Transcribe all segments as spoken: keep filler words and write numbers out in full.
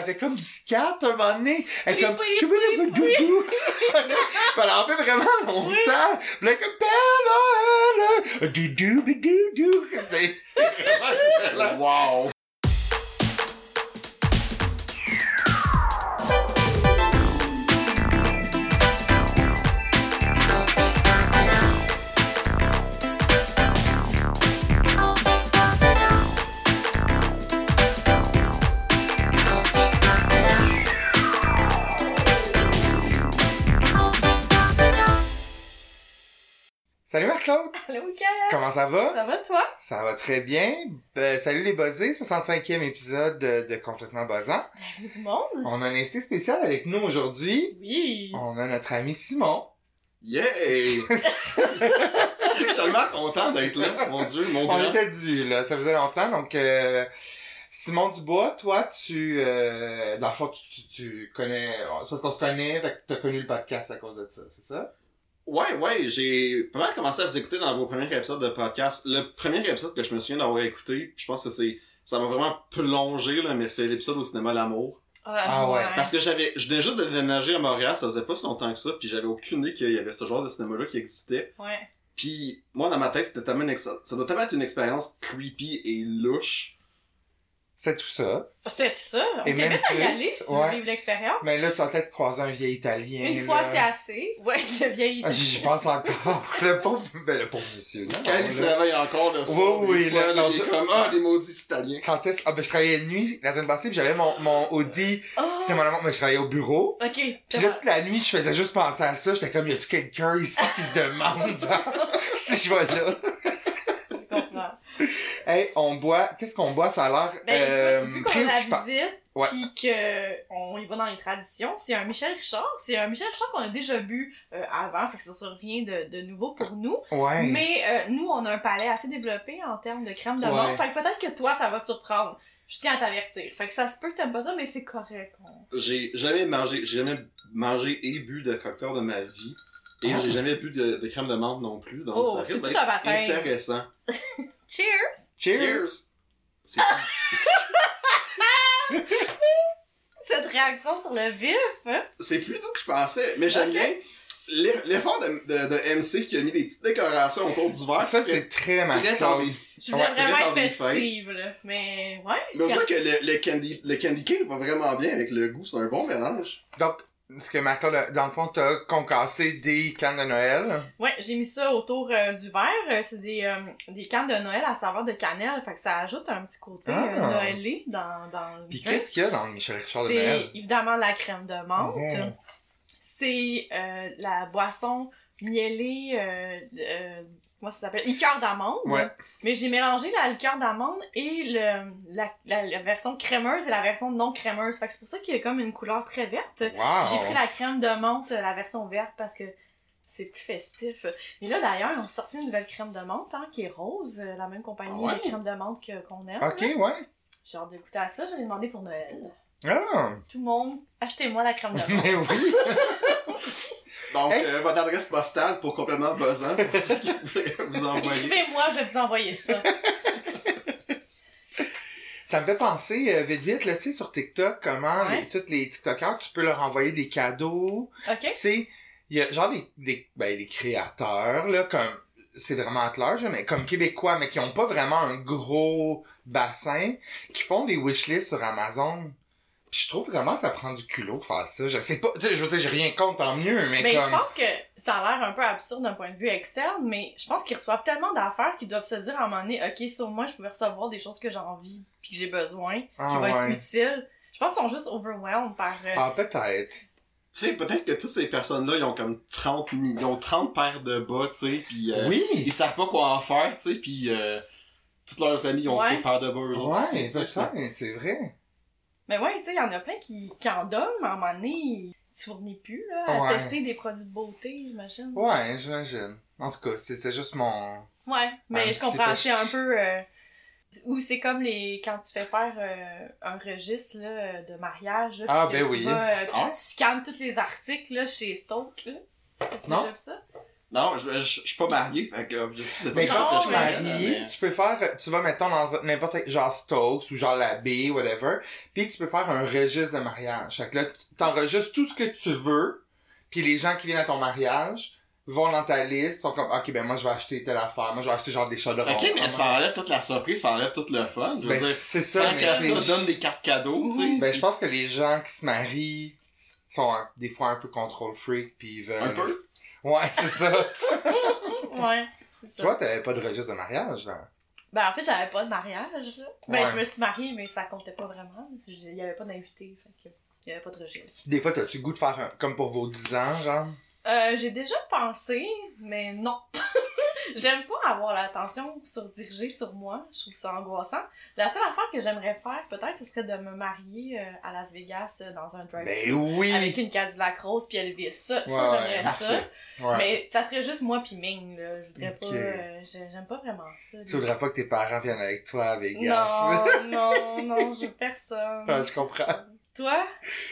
elle fait comme du scat un moment donné. Elle est comme, je veux le doudou. Elle en fait vraiment longtemps. Puis elle est comme, Bella, doudou, doudou. C'est, c'est vraiment Wow! Salut Marc-Claude! Allô, Mickaël! Comment ça va? Ça va, toi? Ça va très bien. Euh, salut les buzzés, soixante-cinquième épisode de, de Complètement Buzzant. Bienvenue du monde! On a un invité spécial avec nous aujourd'hui. Oui! On a notre ami Simon. Yeah! Je suis tellement content d'être là, mon Dieu, mon On grand. était dû, là. Ça faisait longtemps, donc... Euh, Simon Dubois, toi, tu... Euh, dans le fond, tu, tu, tu connais... C'est parce qu'on se connaît, fait que t'as connu le podcast à cause de ça, c'est ça? Ouais, ouais, j'ai pas mal commencé à vous écouter dans vos premiers épisodes de podcast. Le premier épisode que je me souviens d'avoir écouté, je pense que c'est... Ça m'a vraiment plongé, là, mais c'est l'épisode au cinéma L'Amour. Ah ouais. Parce que j'avais... Je venais juste de déménager à Montréal, ça faisait pas si longtemps que ça, puis j'avais aucune idée qu'il y avait ce genre de cinéma-là qui existait. Ouais. Puis moi, dans ma tête, c'était tellement une ex... ça doit tellement être une expérience creepy et louche. C'est tout ça. C'est tout ça. On Et même t'invite à y plus, aller si tu veux ouais. vivre l'expérience. Mais là, tu vas peut-être croiser un vieil Italien. Une fois, là. c'est assez. Ouais, le vieil Ah, j'y j'y pense encore. Le pauvre... Ben, le pauvre monsieur, là. Quand il se réveille encore le soir, Oui, oui, des fois, là, là, non, il est tu- comme, ah, les maudits italiens. Quand est-ce... Ah, ben, je travaillais de nuit la semaine passée, puis j'avais mon, mon Audi. Oh! C'est mon amour, mais je travaillais au bureau. Ok. Puis là, toute la nuit, je faisais juste penser à ça. J'étais comme, y a-tu quelqu'un ici qui se demande, genre, si je vais là? Je comprends. Hey, on boit... Qu'est-ce qu'on boit? Ça a l'air... Ben, euh, écoute, vu qu'on a la préoccupant. visite, Ouais. pis que on y va dans les traditions, c'est un Michel Richard. C'est un Michel Richard qu'on a déjà bu euh, avant, fait que ça sera rien de, de nouveau pour nous. Ouais. Mais euh, nous, on a un palais assez développé en termes de crème de Ouais. menthe, fait que peut-être que toi, ça va te surprendre. Je tiens à t'avertir. Fait que ça se peut que t'aimes pas ça, mais c'est correct. On- J'ai jamais mangé, j'ai jamais mangé et bu de cocktail de ma vie. Et Ah. j'ai jamais bu de, de crème de menthe non plus. Donc Oh, ça c'est risque tout d'être un baptême. intéressant. Cheers! Cheers! C'est Cette réaction sur le vif, hein? c'est plus doux que je pensais, mais j'aime Ok. bien l'e- l'effort de, de, de M C qui a mis des petites décorations autour du verre. Ça, qui c'est fait très très marquant. dans des... Je voulais Ouais, vraiment reste dans être des festive, là. Mais, ouais. Mais on dirait que le, le candy, le candy cane va vraiment bien avec le goût, c'est un bon mélange. Donc, ce que Marc, dans le fond, t'as concassé des cannes de Noël. Ouais, j'ai mis ça autour euh, du verre. Euh, c'est des, euh, des cannes de Noël à saveur de cannelle. Fait que ça ajoute un petit côté Ah. euh, noëlé dans, dans le Puis drink. qu'est-ce qu'il y a dans le Michel Richard de C'est Noël? évidemment la crème de menthe. Mhm. C'est euh, la boisson mielée, euh, euh, comment ça s'appelle? Liqueur d'amande. Ouais. Mais j'ai mélangé la liqueur d'amande et le, la, la, la version crémeuse et la version non crémeuse. Fait que c'est pour ça qu'il y a comme une couleur très verte. Wow! J'ai pris la crème de menthe, la version verte, parce que c'est plus festif. Mais là, d'ailleurs, ils ont sorti une nouvelle crème de menthe, hein, qui est rose, euh, la même compagnie Ah ouais? de crème de menthe que, qu'on aime. Ok, là. ouais. J'ai hâte de goûter à ça, je l'ai demandé pour Noël. Ah! Tout le monde, achetez-moi la crème de menthe. Mais oui! Donc, Hey. euh, votre adresse postale pour complètement buzzant, pour ceux qui voulaient vous envoyer. Écrivez-moi, je vais vous envoyer ça. Ça me fait penser, euh, vite vite, là, tu sais, sur TikTok, comment Ouais. les, tous les TikTokers, tu peux leur envoyer des cadeaux. OK? Tu sais, il y a genre des, des, ben, des créateurs, là, comme, c'est vraiment à large, mais comme québécois, mais qui ont pas vraiment un gros bassin, qui font des wishlists sur Amazon. Puis je trouve vraiment que ça prend du culot de faire ça. Je sais pas, tu sais, je veux dire, j'ai rien contre, tant mieux, mais Mais comme... je pense que ça a l'air un peu absurde d'un point de vue externe, mais je pense qu'ils reçoivent tellement d'affaires qu'ils doivent se dire à un moment donné, OK, sur moi, je pouvais recevoir des choses que j'ai envie puis que j'ai besoin, qui Ah, vont ouais. être utiles. Je pense qu'ils sont juste overwhelmed par... euh, Ah, peut-être. Tu sais, peut-être que toutes ces personnes-là, ils ont comme trente mi- ils ont trente paires de bas, tu sais, pis euh, Oui! ils savent pas quoi en faire, tu sais, pis euh, tous leurs amis, ils ont Ouais. trois paires de bas, eux autres aussi, Ouais, tu c'est sais. ça, c'est vrai. Mais ouais, tu sais, il y en a plein qui, qui en donnent, mais à un moment donné, ils se fournissent plus, là, à Ouais. tester des produits de beauté, j'imagine. Ouais, j'imagine. En tout cas, c'était juste mon... Ouais, mais Un je comprends, petit c'est un peu... Euh, ou c'est comme les quand tu fais faire euh, un registre là, de mariage, là, Ah, puis que ben tu oui. vas, euh, puis Ah. tu scannes tous les articles là, chez Stoke, là. As-tu Non. déjà vu ça? Non, je, je, je suis pas marié, fait que je sais pas Mais quand quand que tu je es marié, marié, mais- tu peux faire, tu vas, mettons, dans un- n'importe quel, genre Stokes ou genre la baie, whatever, pis tu peux faire un registre de mariage. Fait que là, tu t'enregistres tout ce que tu veux, pis les gens qui viennent à ton mariage vont dans ta liste, sont comme, ok, ben moi je vais acheter telle affaire, moi je vais acheter genre des chaudrons. Ok, mais ça enlève toute la surprise, ça enlève tout le fun. Je veux Ben dire, c'est ça, tant mais qu'à tu sais, ça, donne des cartes cadeaux, tu sais. ben je pense que les gens qui se marient sont un- des fois un peu control freak pis ils veulent... Un peu? Ouais, c'est ça. Ouais, c'est ça. Toi, t'avais pas de registre de mariage, là. Ben, en fait, j'avais pas de mariage, là. Ben, Ouais. je me suis mariée, mais ça comptait pas vraiment. Il y avait pas d'invité, fait que il y avait pas de registre. Des fois, t'as-tu le goût de faire un, comme pour vos dix ans, genre? Euh, j'ai déjà pensé, mais non. J'aime pas avoir l'attention sur dirigée sur moi. Je trouve ça angoissant. La seule affaire que j'aimerais faire, peut-être, ce serait de me marier euh, à Las Vegas euh, dans un drive-thru. Ben oui! Avec une Cadillac rose puis Elvis. Ça, ça Ouais, ouais, j'aimerais parfait. ça. Ouais. Mais ça serait juste moi puis Ming, là. Je voudrais Ok. pas... euh, j'ai- J'aime pas vraiment ça. Tu voudrais pas que tes parents viennent avec toi à Vegas. Non, non, non, je veux personne. Ah, je comprends. Toi?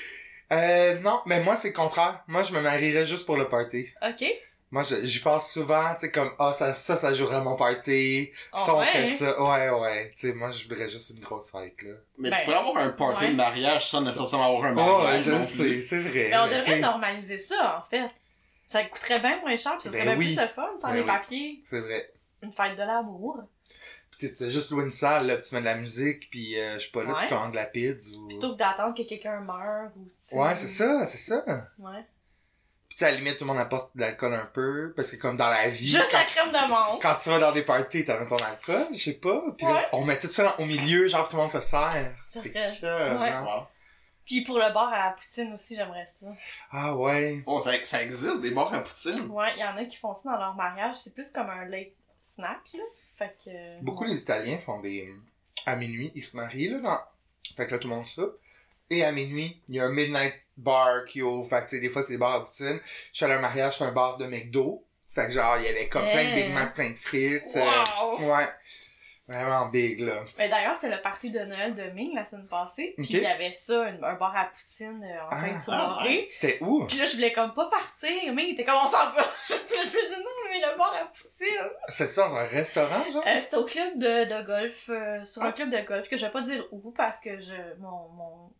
Euh, non, mais moi, c'est le contraire. Moi, je me marierais juste pour le party. Ok. Moi, je- j'y pense souvent, tu sais, comme, ah, ça, ça, ça jouerait à mon party. Oh, ça, on ouais. fait ça. Ouais, ouais. Tu sais, moi, je voudrais juste une grosse fête, là. Mais Ben, tu pourrais avoir un party ouais. de mariage sans nécessairement avoir un Oh, mariage. ouais, je non le plus. sais, c'est vrai. Mais on mais, devrait tu sais, normaliser ça, en fait. Ça coûterait bien moins cher, pis ça serait Ben bien oui. plus le fun, sans Ben les oui. papiers. C'est vrai. Une fête de l'amour. Pis tu sais, tu fais juste louer une salle, là, pis tu mets de la musique, pis euh, je sais pas, là, Ouais. tu commandes de la pizza ou... Plutôt que d'attendre que quelqu'un meure ou... tu sais. Ouais, c'est ça, c'est ça. Ouais. Pis tu sais, à la limite, tout le monde apporte de l'alcool un peu, parce que comme dans la vie... Juste quand la crème de menthe. Quand tu vas dans des parties, t'amènes ton alcool, je sais pas. Pis là, Ouais. on met tout ça dans- au milieu, genre tout le monde se sert. Ça C'est serait- cœur, ouais. hein. Wow. Puis pour le bar à la poutine aussi, j'aimerais ça. Ah ouais. Oh, ça, ça existe, des bars à poutine. Ouais, il y en a qui font ça dans leur mariage. C'est plus comme un late snack, là. Fait que... Beaucoup les Italiens font des... À minuit, ils se marient, là, dans... Fait que là, tout le monde soupe. Et à minuit, il y a un midnight bar qui ouvre. Fait que, tu sais, des fois, c'est des bars à poutine. Je suis allé à un mariage, c'est un bar de McDo. Fait que genre, il y avait comme plein de Hey. Big Mac, plein de frites. Wow! euh, ouais. Vraiment big, là. Mais d'ailleurs, c'est le party de Noël de Ming la semaine passée. Puis Ok. il y avait ça, une- un bar à poutine euh, en Ah, fin de ah, soirée. ouais. C'était où? Puis là, je voulais comme pas partir. Ming était comme on s'en va. Puis là, je me dis non, mais le bar à poutine. C'était ça dans un restaurant, genre? Euh, c'était au club de, de golf, euh, sur Ah. un club de golf que je vais pas dire où parce que je mon mon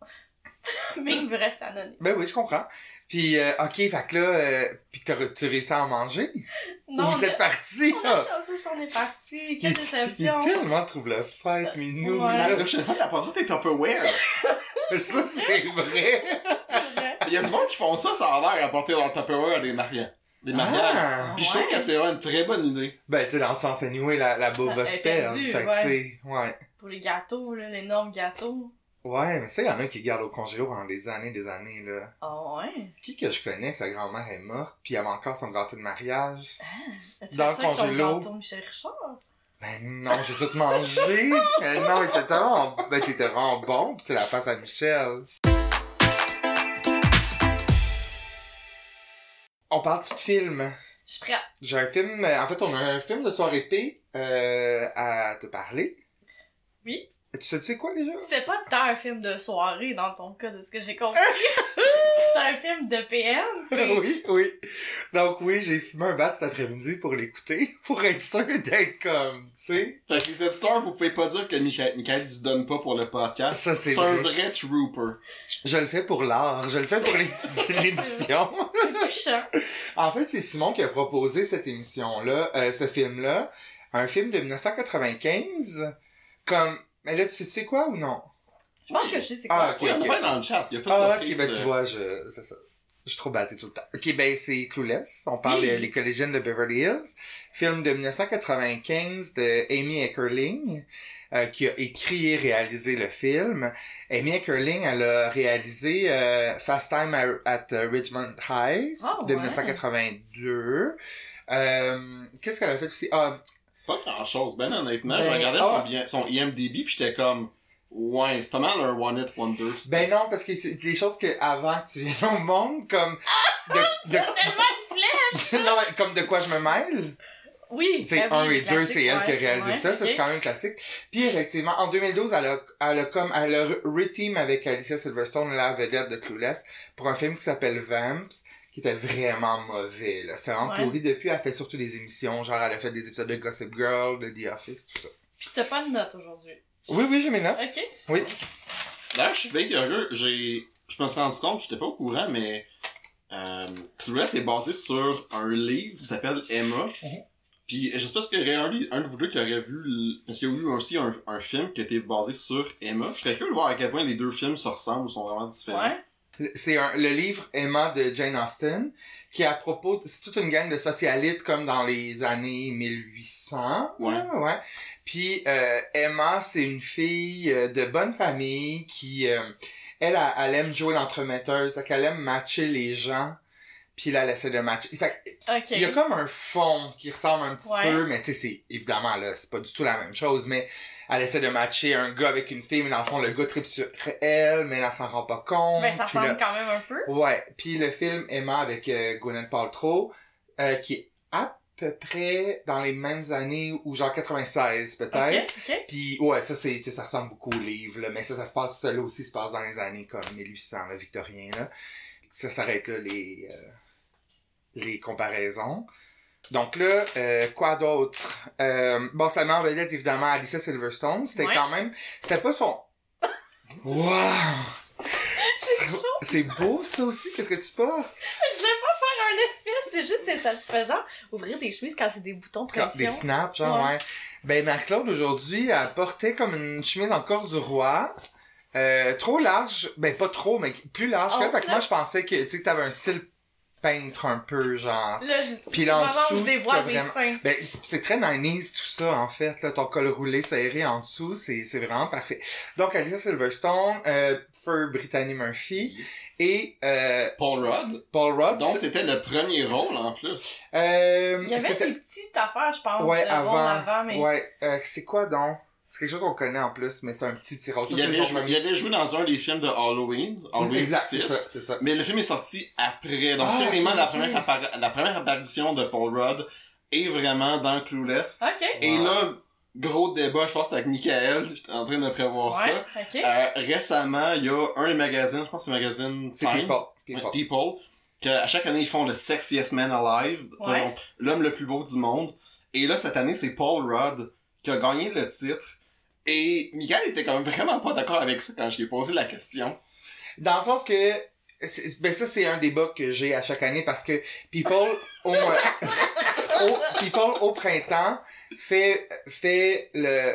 Ming veut rester anonyme. Ben oui, je comprends. Puis, euh, ok, fait que là, euh, pis t'as tu réussi à en manger? Non, Ou vous êtes partis? on a chancé, on est parti. Quelle Il, il déception. tellement trouve le fête, Minou. Ouais. La là. prochaine fois, t'apporteras tes Tupperware. Ça, c'est vrai. Il y a du monde qui font ça, ça a l'air apporter leur Tupperware à des mariages. Des mariages. Ah. Puis je trouve Ouais. que c'est vraiment une très bonne idée. Ben, tu sais, dans le sens, anyway, la, la bouffe va Elle se est perdre. perdue, Fait que, ouais. tu sais, ouais. Pour les gâteaux, là, l'énorme gâteau. Ouais, mais ça, il y en a qui gardent au congélo pendant des années des années, là. Ah ouais. Qui que je connais que sa grand-mère est morte, puis il avait encore son gâteau de mariage? As-tu Dans fait le ça avec ton congélo. gâteau Michel Richard? Ben non, j'ai tout mangé. Ben non, il était tellement, ben, c'était vraiment bon, pis c'est la face à Michel. On parle-tu de film? Je suis prête. J'ai un film, en fait, on a un film de soirée P, euh, à te parler. Oui. Tu sais, tu sais quoi, déjà? C'est pas tant un film de soirée dans ton cas, de ce que j'ai compris. C'est un film de P M. puis- Oui, oui. Donc oui, j'ai fumé un bat cet après-midi pour l'écouter, pour être sûr d'être comme, tu sais. Fait que les auditeurs, vous pouvez pas dire que Michael, Michael il se donne pas pour le podcast. Ça, c'est un vrai. vrai trooper. Je le fais pour l'art, je le fais pour les- l'émission. C'est touchant. En fait, c'est Simon qui a proposé cette émission-là, euh, ce film-là, un film de dix-neuf cent quatre-vingt-quinze, comme, mais là, tu sais, tu sais quoi ou non? Je pense que je sais c'est Ah, quoi. ok, Oui, on ok. va dans le chat, y a pas de Ah, surprise. ok, ben tu euh. vois, je, c'est ça. Je suis trop batté tout le temps. Ok, ben c'est Clueless. On parle Oui. de Les collégiennes de Beverly Hills. Film de dix-neuf cent quatre-vingt-quinze de Amy Eckerling, euh, qui a écrit et réalisé le film. Amy Eckerling, elle a réalisé euh, Fast Time at, at Richmond High Oh, de ouais. dix-neuf cent quatre-vingt-deux. Euh, qu'est-ce qu'elle a fait aussi? Ah, Pas grand chose, ben honnêtement. Ben, je regardais ah. son, bien, son I M D B pis j'étais comme, ouais, c'est pas mal un One Hit Wonder. ben non, parce que c'est des choses que avant que tu viennes au monde, comme de, de, Tellement de flèches! non, mais comme de quoi je me mêle. Oui. Tu sais, ben oui, un les et deux, c'est elle classiques, qui a ouais, réalisé ouais, ça. Ça, ok. c'est quand même classique. Puis, effectivement, en deux mille douze, elle a, elle a comme, elle a re-team avec Alicia Silverstone, la vedette de Clueless, pour un film qui s'appelle Vamps, qui était vraiment mauvais, là. C'est vraiment Ouais. pourri. Depuis, elle fait surtout des émissions, genre elle a fait des épisodes de Gossip Girl, de The Office, tout ça. Puis t'as pas de notes aujourd'hui. Oui, oui, j'ai mes notes. Ok. Oui. D'ailleurs, je suis bien curieux. J'ai, je me suis rendu compte, j'étais pas au courant, mais euh, Clueless est basé sur un livre qui s'appelle Emma. Mhm. Puis j'espère qu'il y aurait un, un de vous deux qui aurait vu, le... parce qu'il y a eu aussi un, un film qui était basé sur Emma. Je serais curieux de voir à quel point les deux films se ressemblent ou sont vraiment différents. Ouais. Le- C'est un, le livre Emma de Jane Austen, qui est à propos, de- c'est toute une gang de socialites comme dans les années mille huit cents. Ouais. ouais. Puis euh, Emma, c'est une fille euh, de bonne famille qui, euh, elle, elle, elle aime jouer l'entremetteuse, c'est qu'elle aime matcher les gens, puis là, elle essaie de matcher. Fait que, Ok. il y a comme un fond qui ressemble un petit Ouais. peu, mais tu sais, c'est évidemment là, c'est pas du tout la même chose, mais elle essaie de matcher un gars avec une fille, mais dans le fond, le gars tripe sur elle, mais elle s'en rend pas compte. Ben, ça Puis ressemble là- quand même un peu. Ouais, puis le film Emma avec euh, Gwyneth Paltrow, euh, qui est à peu près dans les mêmes années, ou genre quatre-vingt-seize peut-être. Ok, ok. Puis ouais, ça c'est, tu sais, ça ressemble beaucoup au livre, là, mais ça, ça se passe, ça là aussi se passe dans les années comme mille huit cents, là, victorien, là. Ça s'arrête là, les, euh, les comparaisons. Donc là, euh, quoi d'autre? Euh, bon, ça m'a en vedette évidemment Alicia Silverstone. C'était Ouais. quand même, c'était pas son... Wow! C'est beau ça aussi, qu'est-ce que tu portes? Je voulais pas faire un effet, c'est juste c'est satisfaisant. Ouvrir des chemises quand c'est des boutons de Des pression. snaps, genre, Ouais. ouais. Ben, Marc-Claude, aujourd'hui, elle portait comme une chemise en corps du roi. Euh, trop large. Ben, pas trop, mais plus large. Oh, que fait que là. moi, je pensais que, tu sais, que t'avais un style peintre un peu, genre. Là, je... Puis là, en c'est le moment où dessous, je dévoile t'as mes vraiment- seins. Ben, c'est très nineties tout ça, en fait, là. Ton col roulé serré en dessous, c'est, c'est vraiment parfait. Donc, Alicia Silverstone, euh, Fur Brittany Murphy et, euh, Paul Rudd. Paul Rudd. Donc c'était le premier rôle en plus. euh, Il y avait c'était- des petites affaires, je pense, Ouais, de avant. rôle avant, mais... Ouais, euh, c'est quoi donc? C'est quelque chose qu'on connaît en plus, mais c'est un petit petit rôle. Ça, Il c'est avait, le joué, il avait joué dans un des films de Halloween, Halloween exact, c'est six. ça, c'est ça. Mais le film est sorti après. Donc, Ah, techniquement, ok, la, ok. première appari- la première apparition de Paul Rudd est vraiment dans Clueless. Ok. Et Wow. là, gros débat, je pense que c'était avec Michael. J'étais en train de prévoir Ouais, ça. ok. Euh, récemment, il y a un des magazines, je pense que c'est le magazine C'est Time, People. ouais, People. People, qu'à chaque année, ils font le Sexiest Man Alive. Ouais. Donc, l'homme le plus beau du monde. Et là, cette année, c'est Paul Rudd qui a gagné le titre. Et Michael était quand même vraiment pas d'accord avec ça quand je lui ai posé la question. Dans le sens que, c'est- ben ça c'est un débat que j'ai à chaque année parce que People au, au People au printemps fait fait le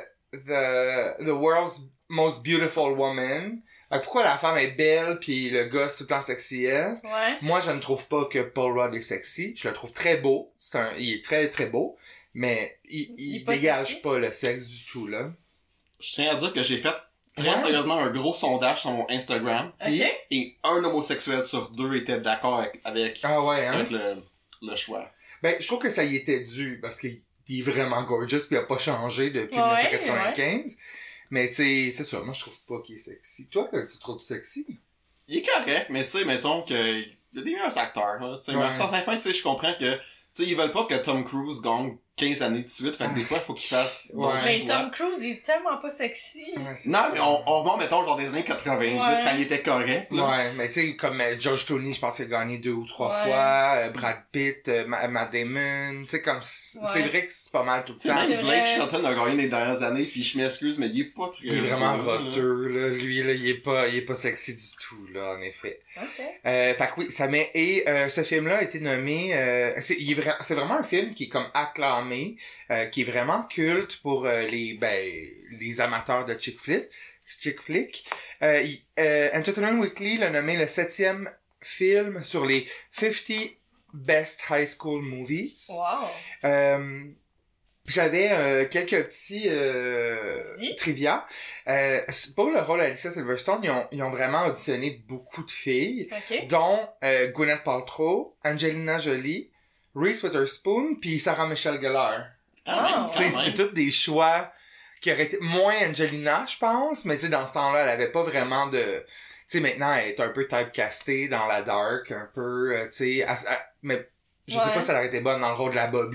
the the world's most beautiful woman. Fait que pourquoi la femme est belle puis le gars c'est tout le temps sexiest? Ouais. Moi je ne trouve pas que Paul Rudd est sexy. Je le trouve très beau. C'est un, il est très très beau, mais il, il, Il est pas dégage sexy? pas le sexe du tout là. Je tiens à dire que j'ai fait très Ouais. sérieusement un gros sondage sur mon Instagram. Puis- Ok. Et un homosexuel sur deux était d'accord avec, avec, Ah ouais hein. avec le, le choix. Ben, je trouve que ça y était dû, parce qu'il est vraiment gorgeous, pis il a pas changé depuis Ouais, dix-neuf cent quatre-vingt-quinze. Mais tu sais, c'est sûr, moi je trouve pas qu'il est sexy. Toi, que tu trouves sexy? Il est correct, mais tu sais, mettons que il y a des meilleurs acteurs. Là, tu sais, mais à un Ouais. certain point, tu sais, je comprends que tu sais, ils veulent pas que Tom Cruise gagne quinze années de suite, fait que des fois, il faut qu'il fasse Ouais. d'autres Mais choix. Tom Cruise, il est tellement pas sexy. Ouais, c'est Non, ça. mais on, on remonte, mettons, genre des années quatre-vingt-dix, Ouais. quand il était correct. Là. Ouais, mais tu sais, comme euh, George Clooney, je pense qu'il a gagné deux ou trois Ouais. fois, euh, Brad Pitt, euh, Ma- Matt Damon, tu sais, comme, c- Ouais. c'est vrai que c'est pas mal tout le Tu sais, temps. C'est même Blake vrai. Shelton a gagné les dernières années, puis je m'excuse, mais il est pas très... Il est vraiment beau, là. roteux, là. Lui, là, il est pas, il est pas sexy du tout, là, en effet. Ok. Euh, fait que oui, ça met, et, euh, ce film-là a été nommé, euh, c'est, il est vra- c'est vraiment un film qui est comme acclamé, euh, qui est vraiment culte pour euh, les, ben, les amateurs de chick flick, chick flick. Euh, il- euh, Entertainment Weekly l'a nommé le septième film sur les cinquante best high school movies. Wow. Euh, J'avais euh, quelques petits euh, Vas-y. trivia. Euh, pour le rôle d'Alicia Silverstone, ils ont, ils ont vraiment auditionné beaucoup de filles, Ok. dont euh, Gwyneth Paltrow, Angelina Jolie, Reese Witherspoon, puis Sarah Michelle Gellar. Ah, Wow. même, Tu sais, quand c'est même. tous des choix qui auraient été moins Angelina, je pense, mais tu sais, dans ce temps-là, elle avait pas vraiment de... Tu sais, maintenant, elle est un peu typecastée dans la dark, un peu, euh, tu sais, elle- elle- mais je sais Ouais. pas si elle aurait été bonne dans le rôle de la Bobley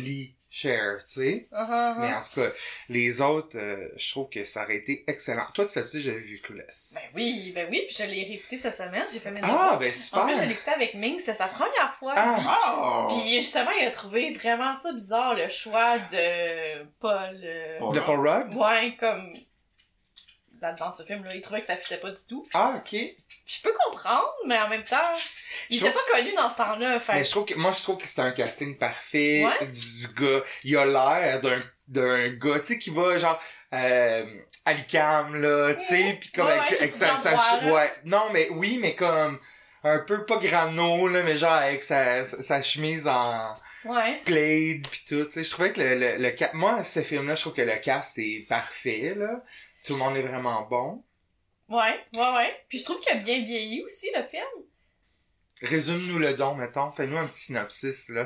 Cher, tu sais. Uh -huh. Mais en tout cas, les autres, euh, je trouve que ça aurait été excellent. Toi, tu l'as-tu déjà vu, Clueless? Ben oui, ben oui, puis je l'ai réécouté cette semaine, j'ai fait mes Ah, devoirs. ben super! En plus, je l'ai écouté avec Ming, c'est sa première fois. Ah! Oh! Puis justement, il a trouvé vraiment ça bizarre, le choix de Paul... Euh... Paul De Paul Rudd? Ouais, comme... Dans, dans ce film-là, il trouvait que ça fitait pas du tout. Ah, ok. Je peux comprendre, mais en même temps, il Je était trouve... pas connu dans ce temps-là. Fait... Mais je trouve que, moi, je trouve que c'est un casting parfait Ouais. du, du gars. Il a l'air d'un, d'un gars, tu sais, qui va, genre, euh, à l'U Q A M, là, tu sais, pis comme Ouais, avec, ouais, avec du sa, sa, droit, là. ouais. Non, mais oui, mais comme, un peu, pas grano, là, mais genre, avec sa, sa, sa chemise en Ouais. plaid pis tout, tu sais. Je trouvais que le, le, le, ca- moi, ce film-là, je trouve que le cast est parfait, là. Tout le monde est vraiment bon. Ouais, ouais, ouais. Puis je trouve qu'il a bien vieilli aussi, le film. Résume-nous le don, mettons. Fais-nous un petit synopsis, là.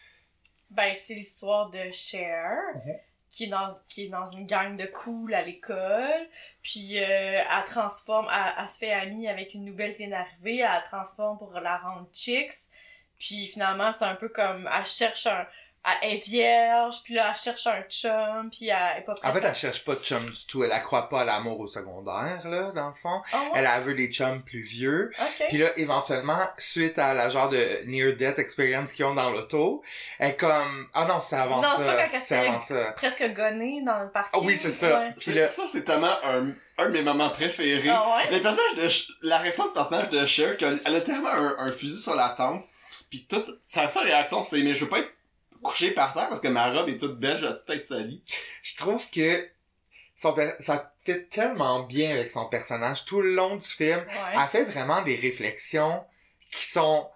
Ben, c'est l'histoire de Cher, Mhm. qui, est dans, qui est dans une gang de cool à l'école. Puis euh, elle transforme, elle, elle se fait amie avec une nouvelle qui vient d'arriver, elle la transforme pour la rendre chicks. Puis finalement, c'est un peu comme, elle cherche un... Elle est vierge, puis là, elle cherche un chum, puis elle est pas prête. En fait, elle cherche pas de chum du tout. Elle accroît pas à l'amour au secondaire, là, dans le fond. Oh, ouais? Elle, elle veut des chums plus vieux. Ok. Puis là, éventuellement, suite à la genre de near-death experience qu'ils ont dans l'auto, elle est comme... Ah non, c'est avant Non, ça. c'est pas quand elle C'est se avant fait ça. presque gonner dans le parking. Ah oui, c'est ça. Ouais. Puis C'est- là... Ça, c'est tellement un, un de mes moments préférés. Ah ouais? Le personnage de Ch- la réaction du personnage de Cher, qu'elle elle a tellement un, un fusil sur la tempe, pis toute sa seule réaction, c'est mais je veux pas être couché par terre parce que ma robe est toute belle, j'ai la petite tête salie. Je trouve que son per- ça fait tellement bien avec son personnage tout le long du film. Ouais. Elle fait vraiment des réflexions qui sont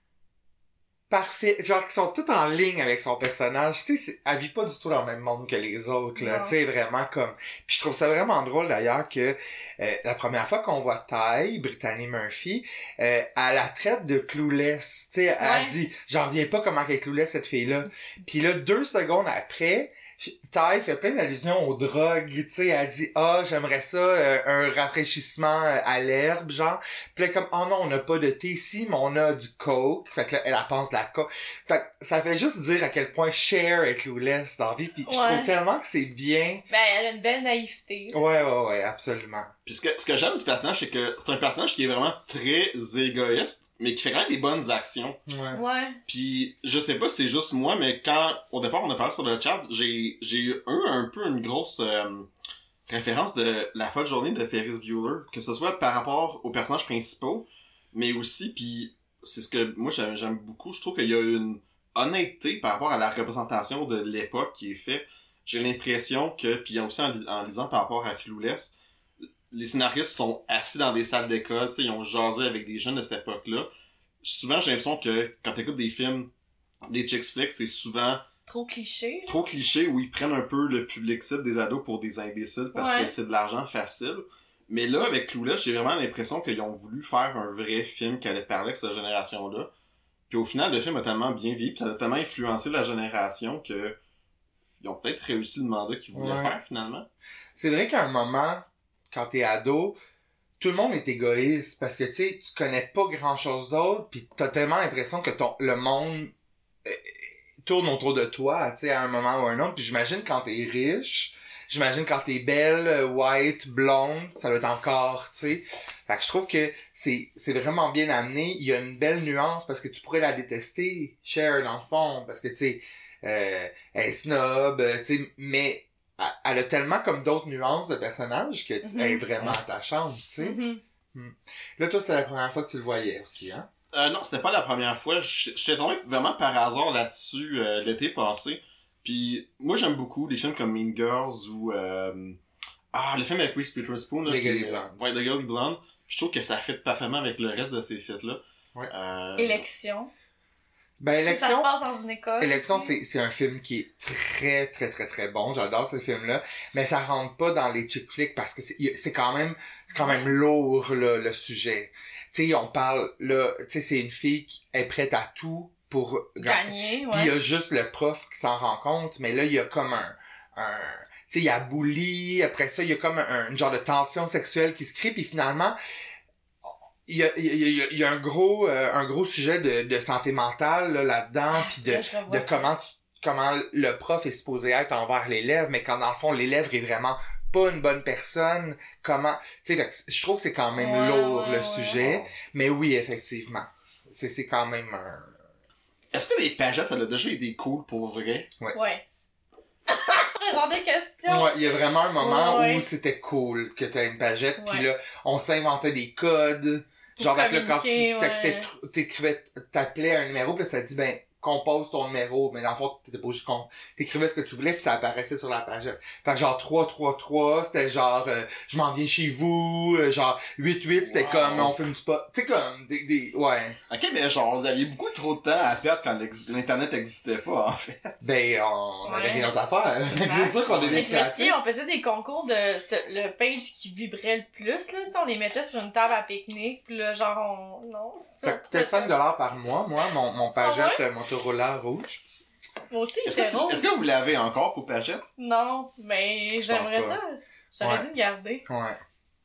parfaites, genre qui sont toutes en ligne avec son personnage. Tu sais, c'est- elle vit pas du tout dans le même monde que les autres, là. Non. Tu sais, vraiment comme... Puis je trouve ça vraiment drôle, d'ailleurs, que euh, la première fois qu'on voit Ty, Brittany Murphy, euh, elle la traite de clueless. Tu sais, elle Ouais. dit « J'en reviens pas comment elle est clueless, cette fille-là. » Puis là, deux secondes après... Ty fait plein d'allusions aux drogues, tu sais, elle dit ah j'aimerais ça euh, un rafraîchissement euh, à l'herbe genre, puis là comme oh non on n'a pas de thé ici mais on a du coke, fait que là elle, elle pense de la coke, fait que ça fait juste dire à quel point Cher est clueless dans la vie, puis je Ouais. trouve tellement que c'est bien, Ben, elle a une belle naïveté. ouais ouais ouais absolument, Puis ce que, ce que j'aime du personnage, c'est que c'est un personnage qui est vraiment très égoïste, mais qui fait quand même des bonnes actions. ouais, Ouais. Puis je sais pas si c'est juste moi, mais quand au départ on a parlé sur le chat, j'ai j'ai eu un peu une grosse euh, référence de La folle journée de Ferris Bueller, que ce soit par rapport aux personnages principaux, mais aussi puis c'est ce que moi j'aime j'aime beaucoup, je trouve qu'il y a une honnêteté par rapport à la représentation de l'époque qui est faite. J'ai l'impression que puis aussi en, lis- en lisant par rapport à Clueless, les scénaristes sont assis dans des salles d'école, tu sais, ils ont jasé avec des jeunes de cette époque-là. Souvent, j'ai l'impression que quand t'écoutes des films, des chick flicks, c'est souvent Trop cliché. trop cliché où ils prennent un peu le public cible des ados pour des imbéciles parce Ouais. que c'est de l'argent facile. Mais là, avec Clueless, j'ai vraiment l'impression qu'ils ont voulu faire un vrai film qui allait parler avec cette génération-là. Puis au final, le film a tellement bien vieilli, puis ça a tellement influencé la génération que ils ont peut-être réussi le mandat qu'ils voulaient Ouais. faire finalement. c'est vrai qu'à un moment quand t'es ado tout le monde est égoïste parce que tu sais tu connais pas grand chose d'autre puis t'as tellement l'impression que ton le monde euh, tourne autour de toi, tu sais, à un moment ou à un autre. Puis j'imagine quand t'es riche, j'imagine quand t'es belle, euh, white, blonde, ça doit être encore, tu sais. Fait que je trouve que c'est c'est vraiment bien amené. Il y a une belle nuance parce que tu pourrais la détester, Cher, dans le fond, parce que, tu sais, euh, elle est snob, euh, tu sais, mais elle- elle a tellement comme d'autres nuances de personnage que tu- Mhm. elle est vraiment attachante, tu sais. Mhm. Là, toi, c'est la première fois que tu le voyais aussi, hein? Euh, non, c'était pas la première fois. J- J'étais tombé vraiment par hasard là-dessus euh, l'été passé. Puis moi, j'aime beaucoup des films comme Mean Girls ou... Euh... Ah, le film avec Reese Witherspoon. là, Legally qui est, euh, Blonde. Ouais, Legally Blonde. Je trouve que ça fit parfaitement avec le reste de ces fits-là. Ouais. Euh... Élection. Ben, Ça se élection... passe dans une école. Élection, aussi. c'est, c'est un film qui est très, très, très, très bon. J'adore ce film-là. Mais ça rentre pas dans les chick flicks parce que c'est, y a- c'est quand même, c'est quand même lourd, là, le sujet. Tu sais, on parle, là, tu sais, c'est une fille qui est prête à tout pour Gagner, Puis il y ouais. a juste le prof qui s'en rend compte, mais là, il y a comme un... un tu sais, il y a bully, après ça, il y a comme un, un genre de tension sexuelle qui se crée, puis finalement, il y a, il y a, il y a, il y a un gros euh, un gros sujet de, de santé mentale là, là-dedans, puis de, Là, je revois de ça. comment tu comment le prof est supposé être envers l'élève, mais quand dans le fond, l'élève est vraiment pas une bonne personne, comment... Tu sais, je trouve que c'est quand même ouais, lourd, ouais, le ouais, sujet, ouais. mais oui, effectivement. C'est, c'est quand même un... Est-ce que les pagettes, ça a déjà été cool pour vrai? Ouais. C'est genre des questions. Ouais, il y a vraiment un moment ouais. où c'était cool que t'as une pagette, Ouais. pis là, on s'inventait des codes, Pour genre avec le quand tu communiquer, tu textais, ouais. tr- t'écrivais, t'appelais un numéro, pis là, ça dit, ben, compose ton numéro, mais dans le fond, t'étais pas obligé de com- t'écrivais ce que tu voulais, puis ça apparaissait sur la pagette. Fait que genre trois trois trois, c'était genre, euh, je m'en viens chez vous, euh, genre huit huit, c'était Wow. comme, on fume du pot, tu sais, comme, des, des, ouais. Ok, mais genre, vous aviez beaucoup trop de temps à perdre quand l'ex- l'internet existait pas, en fait. Ben, on avait Ouais. rien d'autre à faire. c'est sûr qu'on Mais devait je me créatifs. souviens, on faisait des concours de ce- le page qui vibrait le plus, là, tu sais, on les mettait sur une table à pique-nique, pis là, genre, on... Non. Ça coûtait cinq dollars par mois, moi, mon, mon pagette Ah euh, Motorola rouge. Moi aussi, Est-ce j'étais que, tu- rose. est-ce que vous l'avez encore, vos pagettes? Non, mais j'aimerais pas. ça. J'aurais Ouais. dû le garder. Ouais.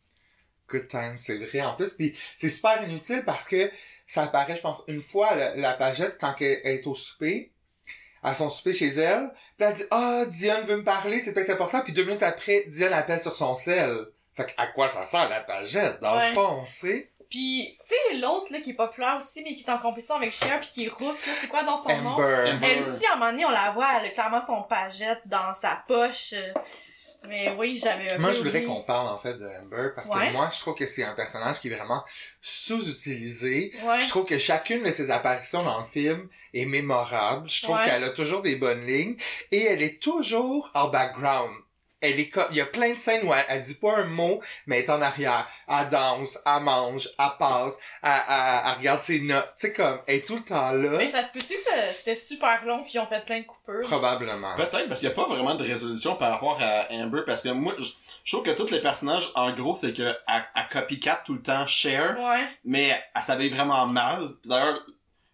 Good time, c'est vrai. En plus, puis c'est super inutile parce que ça apparaît, je pense, une fois la, la pagette quand elle est au souper, à son souper chez elle, puis elle dit « Ah, Diane veut me parler, c'est peut-être important. » Puis deux minutes après, Diane appelle sur son sel. Fait que à quoi ça sert la pagette, dans Ouais. le fond, tu sais? Pis, tu sais, l'autre, là, qui est populaire aussi, mais qui est en compétition avec Cher, pis qui est rousse, là, c'est quoi dans son nom? Amber. Amber. Elle aussi, à un moment donné, on la voit, elle a clairement son pagette dans sa poche. euh, Mais oui, j'avais un Moi, peu je voudrais oublié. qu'on parle, en fait, de Amber, parce Ouais. que moi, je trouve que c'est un personnage qui est vraiment sous-utilisé. Ouais. Je trouve que chacune de ses apparitions dans le film est mémorable. Je trouve Ouais. qu'elle a toujours des bonnes lignes. Et elle est toujours en background. Elle est comme, il y a plein de scènes où elle, elle dit pas un mot, mais elle est en arrière. Elle danse, elle mange, elle passe, elle, elle, elle regarde ses notes. Tu sais, comme, elle est tout le temps là. Mais ça se peut-tu que ça- c'était super long pis ils ont fait plein de coupures? Probablement. Peut-être, parce qu'il n'y a pas vraiment de résolution par rapport à Amber, parce que moi, je, je trouve que tous les personnages, en gros, c'est que elle, elle copycat tout le temps Cher, Ouais. mais elle s'habille vraiment mal. Puis d'ailleurs,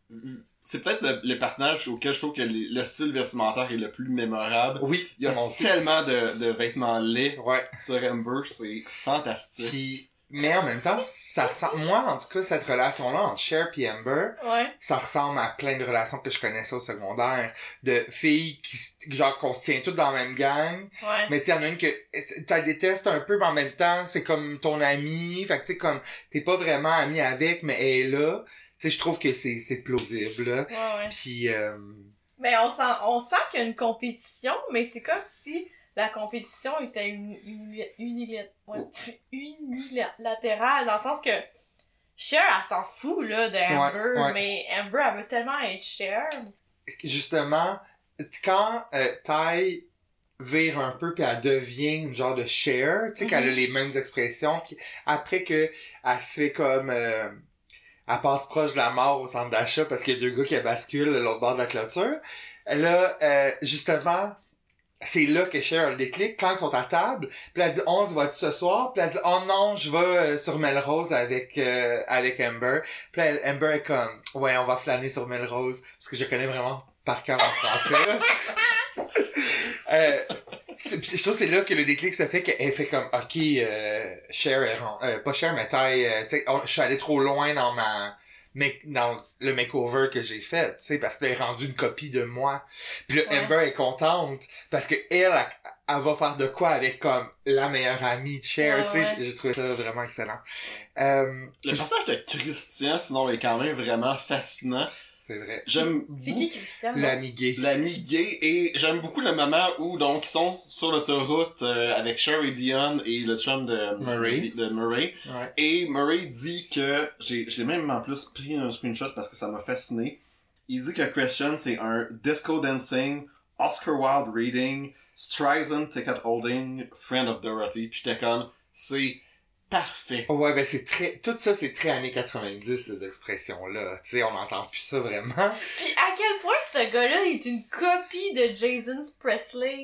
c'est peut-être le, le personnage auquel je trouve que les- le style vestimentaire est le plus mémorable. Oui, Il y a mon Dieu. tellement de, de vêtements laids Ouais. sur Amber, c'est fantastique. Puis, mais en même temps, ça ressemble, moi, en tout cas, cette relation-là entre Cher et Amber, Ouais. ça ressemble à plein de relations que je connaissais au secondaire, de filles qui, s- genre, qu'on se tient toutes dans la même gang, Ouais. mais tu sais, y'en a une que tu détestes un peu, mais en même temps, c'est comme ton ami, fait que tu sais, comme, t'es pas vraiment ami avec, mais elle est là, tu sais, je trouve que c'est, c'est plausible, là. Ouais, ouais. Puis, euh, Mais on sent, on sent qu'il y a une compétition, mais c'est comme si la compétition était une, une, une, ouais, unilatérale, dans le sens que Cher, elle s'en fout, là, de Amber, Ouais, ouais. mais Amber, elle veut tellement être Cher. justement, quand euh, Ty vire un peu puis elle devient une genre de Cher, tu sais, Mhm. qu'elle a les mêmes expressions, qui- après que elle se fait comme... euh, elle passe proche de la mort au centre d'achat parce qu'il y a deux gars qui basculent de l'autre bord de la clôture. Là, euh, justement, c'est là que Cher a le déclic, quand ils sont à table, puis elle dit « On se voit ce soir? » Puis elle dit « Oh non, je vais euh, sur Melrose avec euh, avec Amber. » Puis là, elle- Amber est comme « Ouais, on va flâner sur Melrose. » Parce que je connais vraiment par cœur en français. là. euh, c'est- pis je trouve que c'est là que le déclic se fait qu'elle fait comme ok euh, Cher est ron- euh, pas Cher mais taille euh, tu sais on- je suis allé trop loin dans ma make- dans le makeover que j'ai fait tu sais parce qu'elle est rendue une copie de moi puis là Ouais. Amber est contente parce que elle, elle elle va faire de quoi avec comme la meilleure amie de Cher Ouais, tu sais ouais. j'ai- j'ai trouvé ça vraiment excellent euh, Le personnage de Christian, sinon, est quand même vraiment fascinant. c'est vrai J'aime C'est qui Christian? l'ami gay l'ami gay, et j'aime beaucoup le moment où donc ils sont sur l'autoroute euh, avec Cher et Dion et le chum de Murray. de, de Murray. ouais. Et Murray dit que j'ai je l'ai même en plus pris un screenshot parce que ça m'a fasciné. Il dit que Christian c'est un disco dancing, Oscar Wilde reading, Streisand ticket holding, friend of Dorothy. Puis j'étais comme c'est parfait. Ouais, ben c'est très... Tout ça, c'est très années quatre-vingt-dix, ces expressions-là. Tu sais, on n'entend plus ça vraiment. Pis à quel point ce gars-là est une copie de Jason Presley?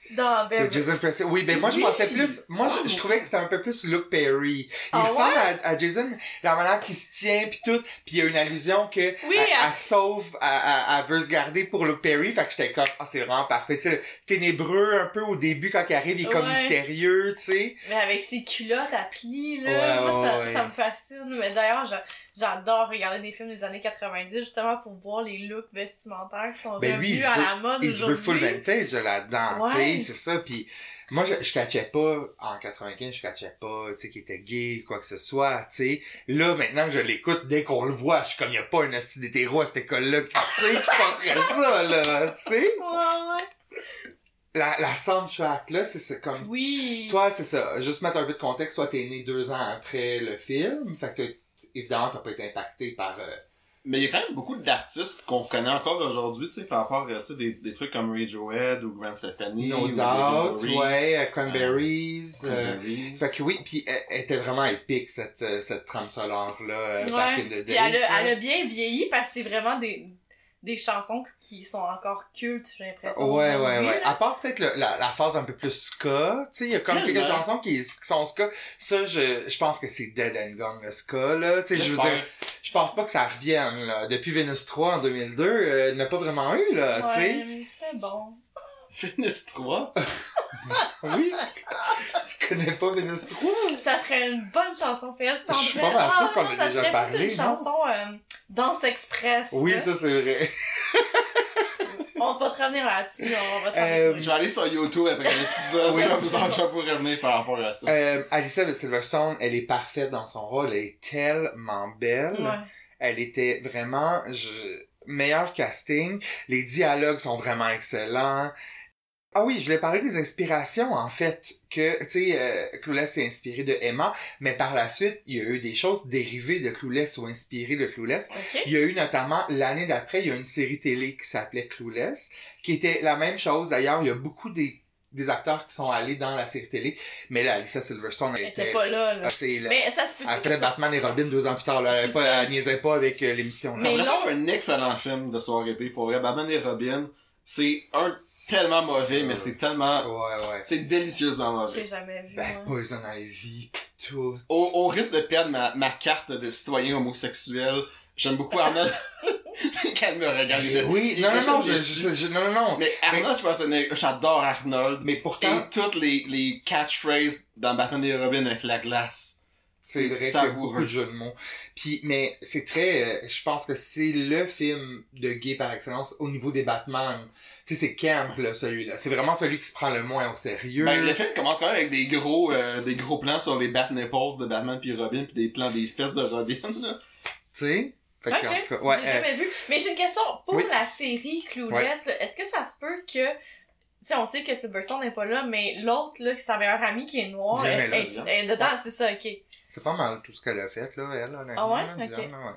Dans de Beverly. Jason Presley. Oui, ben moi je Oui. pensais plus, moi Oh, je, je mon trouvais que c'était un peu plus Luke Perry. Il Ah ressemble ouais? à, à Jason, la manière qu'il se tient pis tout, pis il y a une allusion que Oui, elle, elle- elle sauve, elle, elle, elle veut se garder pour Luke Perry, fait que j'étais comme, ah c'est vraiment parfait, tu sais, le ténébreux un peu au début quand il arrive, il est comme Ouais. mystérieux, tu sais. Mais avec ses culottes à plis, là, Ouais, moi, ça, ouais, ouais. ça me fascine. Mais d'ailleurs, j'a- j'adore regarder des films des années quatre-vingt-dix, justement, pour voir les looks vestimentaires qui sont Ben lui, revenus il se à veut- la mode Il se veut full aujourd'hui. vintage là-dedans, tu Ouais. sais, c'est ça, pis moi je, je catchais pas, en quatre-vingt-quinze, je catchais pas, tu sais, qu'il était gay, quoi que ce soit, tu sais. Là, maintenant que je l'écoute, dès qu'on le voit, je suis comme, y a pas un asti d'hétéro à cette école-là qui, tu sais, qui porterait ça, là, tu sais. Ouais, ouais. La, la soundtrack, là, c'est ça, comme... Oui. Toi, c'est ça, juste mettre un peu de contexte, toi, t'es né deux ans après le film, fait que t'as- évidemment, t'as pas été impacté par... euh, Mais il y a quand même beaucoup d'artistes qu'on connaît encore aujourd'hui, tu sais, par rapport à, tu sais, des, des trucs comme Radiohead ou Gwen Stefani. No ou Doubt, David Bowie, ouais, euh, Cranberries, euh, Cranberries. fait que oui, puis elle, elle était vraiment épique, cette, euh, cette trame sonore-là, euh, back in the Ouais. days. Puis elle a, là. elle a bien vieilli parce que c'est vraiment des, des chansons qui sont encore cultes, j'ai l'impression. Ouais, ouais, aujourd'hui, ouais. là. À part peut-être le- la, la phase un peu plus ska, tu sais, il y a comme quelques Tellement. chansons qui, qui sont ska. Ça, je, je pense que c'est dead and gone, le ska, là. Tu sais, je veux J'espère. dire, je pense pas que ça revienne, là. Depuis Venus trois en deux mille deux, euh, il n'y en a pas vraiment eu, là, tu sais. Ouais, mais c'était bon. Phoenix trois. Oui. Tu connais pas Venus trois? Ça ferait une bonne chanson Fest. Je suis pas mal sûre qu'on a ça déjà serait parlé, plus une non? chanson euh, Danse Express. Oui, là. ça, c'est vrai. On va te revenir là-dessus. On va te faire Euh, des Je vais aller sur YouTube après l'épisode, Oui. je vais vous en je vais vous revenir par rapport à ça. Euh, Alicia de Silverstone, elle est parfaite dans son rôle, elle est tellement belle. Ouais. Elle était vraiment je... meilleur casting. Les dialogues sont vraiment excellents. Ah oui, je voulais parler des inspirations, en fait, que, tu sais, euh, Clueless s'est inspiré de Emma, mais par la suite, il y a eu des choses dérivées de Clueless ou inspirées de Clueless. OK. Il y a eu notamment, l'année d'après, il y a une série télé qui s'appelait Clueless, qui était la même chose. D'ailleurs, il y a beaucoup des, des acteurs qui sont allés dans la série télé, mais là, Alicia Silverstone, elle Elle était... était pas là, là. Ah, tu sais, là, Mais ça se peut elle fait Batman et Robin deux ans plus tard, là. Elle, C'est pas, ça. elle niaisait pas avec euh, l'émission. là. Ça Mais pourrait non. faire un excellent film de soirée B pour vrai. Batman et Robin, c'est un tellement mauvais, mais c'est tellement... Ouais, ouais. C'est délicieusement J'ai mauvais. jamais vu. Ben, moi. Poison Ivy, pis tout. Au, au risque de perdre ma, ma carte de citoyen homosexuel, j'aime beaucoup Arnold. Quand elle me regarde, il est- Oui, il non, est non, non, déjà je, déçu. je, je- non, non, non. Mais Arnold, je pense que c'est un- j'adore Arnold. Mais Et pourtant, toutes les, les catchphrases dans Batman et Robin avec la glace. c'est vrai qu'il y a beaucoup savoureux. de jeux de mots. Puis, mais c'est très, euh, je pense que c'est le film de gay par excellence au niveau des Batman. Tu sais, c'est camp, là, celui-là. C'est vraiment celui qui se prend le moins au sérieux. Ben, le film commence quand même avec des gros, euh, des gros plans sur les bat nipples de Batman puis Robin puis des plans des fesses de Robin, là. Tu sais? Fait que, Ok, en tout cas, ouais, j'ai euh, jamais vu. Mais j'ai une question pour oui. la série Clueless. là, Est-ce que ça se peut que... Tu sais, on sait que Silverstone n'est pas là, mais l'autre, là, qui est sa meilleure amie, qui est noire, Diane elle, est là, elle- Diane. elle est dedans, Ouais. c'est ça, ok. c'est pas mal tout ce qu'elle a fait, là, elle, honnêtement. Ah ouais? là, Ok. Diane, là, ouais.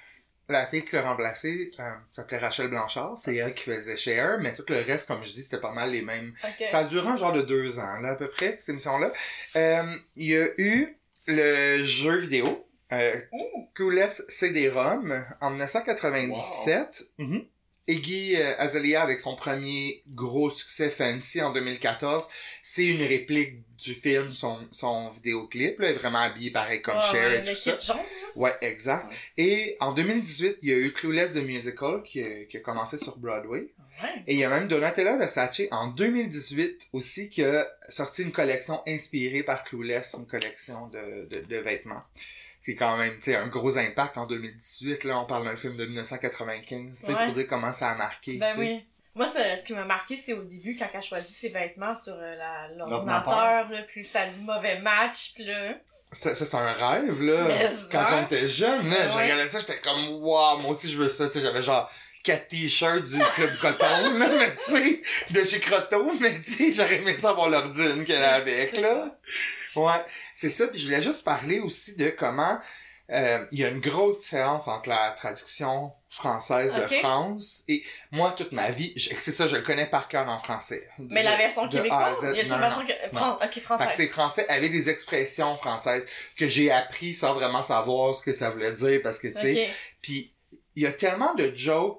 La fille qui l'a remplacée, euh, s'appelait Rachel Blanchard, c'est elle qui faisait Cher, mais tout le reste, comme je dis, c'était pas mal les mêmes. Ok. Ça a duré un genre de deux ans, là, à peu près, cette émission-là. Euh, il y a eu le jeu vidéo, euh, Clueless C D-ROM, en dix-neuf cent quatre-vingt-dix-sept. Mhm. Iggy euh, Azalea avec son premier gros succès Fancy en deux mille quatorze, c'est une réplique du film, son, son vidéoclip, là, est vraiment habillé pareil comme Ouais, Cher ouais, et le tout ça. kit jaune, là. Ouais, exact. Ouais. Et en deux mille dix-huit, il y a eu Clueless the Musical qui, a- qui a commencé sur Broadway. Ouais. Et il y a même Donatella Versace en deux mille dix-huit aussi qui a sorti une collection inspirée par Clueless, une collection de, de, de vêtements. C'est quand même, tu sais, un gros impact en deux mille dix-huit. Là, on parle d'un film de dix-neuf cent quatre-vingt-quinze, tu sais, Ouais. pour dire comment ça a marqué. Ben tu sais. oui. Moi, ça, ce qui m'a marqué, c'est au début, quand elle choisit ses vêtements sur euh, la- L'ordinateur. l'ordinateur, là, puis ça dit mauvais match, puis là... Ça, ça c'est un rêve, là. Mais Quand ça. on était jeune, là, Ouais. je regardais ça, j'étais comme, waouh, moi aussi je veux ça. Tu sais, j'avais genre quatre t-shirts du Club Coton, là, mais tu sais, de chez Croteau, mais tu sais, j'aurais aimé ça avoir l'ordine qu'elle a avec, là. Ouais, c'est ça. Puis je voulais juste parler aussi de comment euh, il y a une grosse différence entre la traduction française de Ok. France et moi, toute ma vie, je- c'est ça, je le connais par cœur en français. Mais Je- la version de A à québécoise, Z. il y a une Non, non, version non. que... Non. Fran- Ok, Fait que française. c'est français avec des expressions françaises que j'ai appris sans vraiment savoir ce que ça voulait dire parce que, tu sais, Ok. puis il y a tellement de jokes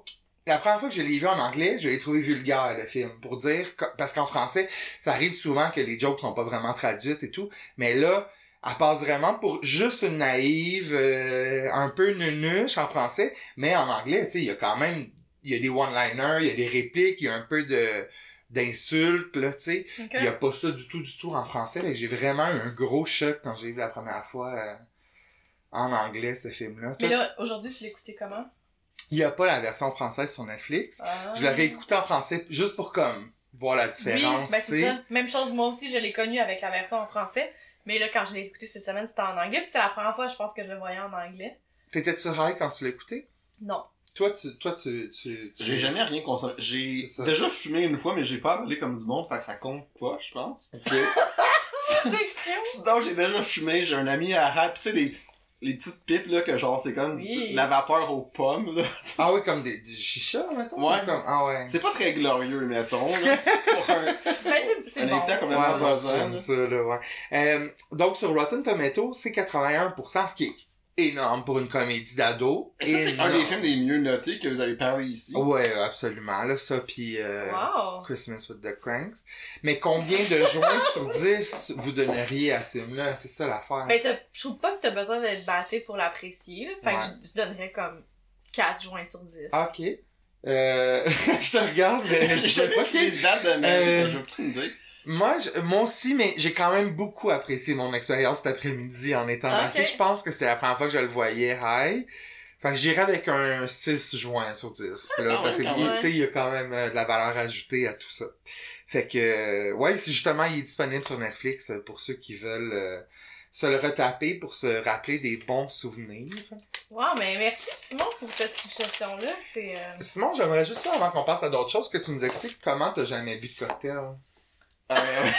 la première fois que je l'ai vu en anglais, je l'ai trouvé vulgaire, le film, pour dire, parce qu'en français, ça arrive souvent que les jokes sont pas vraiment traduites et tout, mais là, elle passe vraiment pour juste une naïve, euh, un peu nunuche en français, mais en anglais, tu sais, il y a quand même, il y a des one-liners, il y a des répliques, il y a un peu de d'insultes, là, tu sais. Okay. Il y a pas ça du tout, du tout en français, et j'ai vraiment eu un gros choc quand j'ai vu la première fois euh, en anglais, ce film-là. Mais Toi, là, aujourd'hui, tu l'écoutais comment? il y a pas la version française sur Netflix. Ah. Je l'aurais écouté en français juste pour comme voir la différence, Oui, ben tu c'est sais. ça. Même chose, moi aussi, je l'ai connu avec la version en français. Mais là, quand je l'ai écouté cette semaine, c'était en anglais. Puis c'était la première fois, je pense, que je le voyais en anglais. T'étais-tu high quand tu l'as écouté? Non. Toi, tu, toi, tu, tu, tu... J'ai jamais rien consommé. J'ai C'est ça. déjà fumé une fois, mais j'ai pas avalé comme du monde, fait que ça compte pas, je pense. Ok. Sinon, j'ai déjà fumé, j'ai un ami arabe, tu sais, les, les petites pipes, là, que genre, c'est comme Oui. la vapeur aux pommes, là. Ah oui, comme des, du chicha, mettons? Ouais. Ou Comme... Ah ouais. C'est pas très glorieux, mettons, là, pour un, Ben, c'est, c'est un bon. invité comme Ouais, un moi, buzzant, j'aime là. ça, là, ouais. Euh, donc, sur Rotten Tomatoes, c'est quatre-vingt-un pour cent, ce qui est énorme pour une comédie d'ado. Et ça, c'est un Énorme. des films les mieux notés que vous avez parlé ici. Ouais, absolument, là, ça, pis euh, Wow. Christmas with the Cranks. Mais combien de joints sur dix vous donneriez à ce film-là? C'est ça l'affaire. Ben, t'as, je trouve pas que t'as besoin d'être batté pour l'apprécier, là. Fait Ouais. que je, je donnerais comme quatre joints sur dix. Ah, ok. Euh, je te regarde, mais J'ai jamais pas fait de date de ma vie, Euh, j'ai aucune idée. Moi, je, moi aussi, mais j'ai quand même beaucoup apprécié mon expérience cet après-midi en étant Ok. batté. Je pense que c'était la première fois que je le voyais high. Fait que j'irais avec un six joints sur dix. Là, quand parce que, même, quand il- même. tu sais, il y a quand même euh, de la valeur ajoutée à tout ça. Fait que, euh, ouais, c'est justement, il est disponible sur Netflix euh, pour ceux qui veulent euh, se le retaper pour se rappeler des bons souvenirs. Wow, mais merci Simon pour cette suggestion-là. C'est. Euh... Simon, j'aimerais juste ça, avant qu'on passe à d'autres choses, que tu nous expliques comment t'as jamais bu de cocktail. Euh...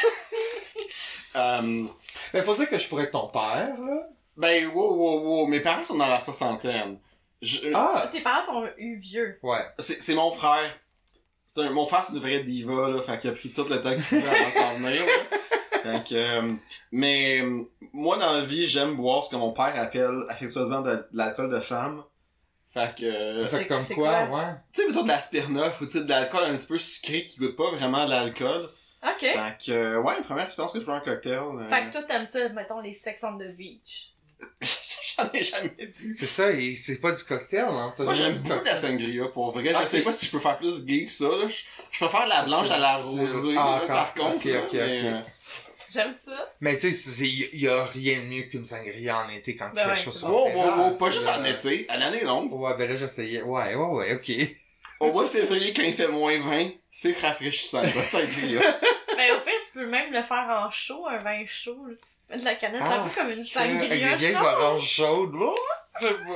euh... Ben, faut dire que je pourrais être ton père, là. Ben, wow, wow, wow, mes parents sont dans la soixantaine. Je... Ah! Tes parents t'ont eu vieux. Ouais. C'est, c'est mon frère. C'est un, mon frère, c'est une vraie diva, là, fait qu'il a pris tout le temps qu'il pouvait avant de s'en venir, là. Fait que, euh, mais, euh, moi, dans la vie, j'aime boire ce que mon père appelle affectueusement de, de l'alcool de femme. Fait que, euh, Fait C'est- que comme c'est quoi, quoi? ouais. tu sais, mettons de la Smirnoff ou tu sais, de l'alcool un petit peu sucré qui goûte pas vraiment de l'alcool. Ok. Fait que, euh, ouais, une première expérience que je bois un cocktail. euh, Fait que toi, t'aimes ça, mettons, les Sex on the Beach. J'en ai jamais bu. C'est ça, et c'est pas du cocktail, hein. T'as Moi, jamais j'aime bu beaucoup de la cocktail. sangria, pour vrai. Je Ok. sais pas si je peux faire plus gay que ça, là. Je, je préfère la blanche à la rosée, Ah, là, par ok, contre. ok, là, ok, mais, ok. euh, J'aime ça. Mais tu sais, il y a rien de mieux qu'une sangria en été quand il Ben fait ouais, chaud c'est sur Wow, la wow, wow, terrasse, pas juste là. en été, à l'année longue. Ouais, ben là, j'essayais. Ouais, ouais, ouais, ok. Au mois de février, quand il fait moins vingt, c'est rafraîchissant, la sangria. Mais au pire, tu peux même le faire en chaud, un vin chaud. Là. Tu mets de la canette, c'est un Ah, peu comme une Avec sangria des vieilles chaude. oranges chaudes, là. Je sais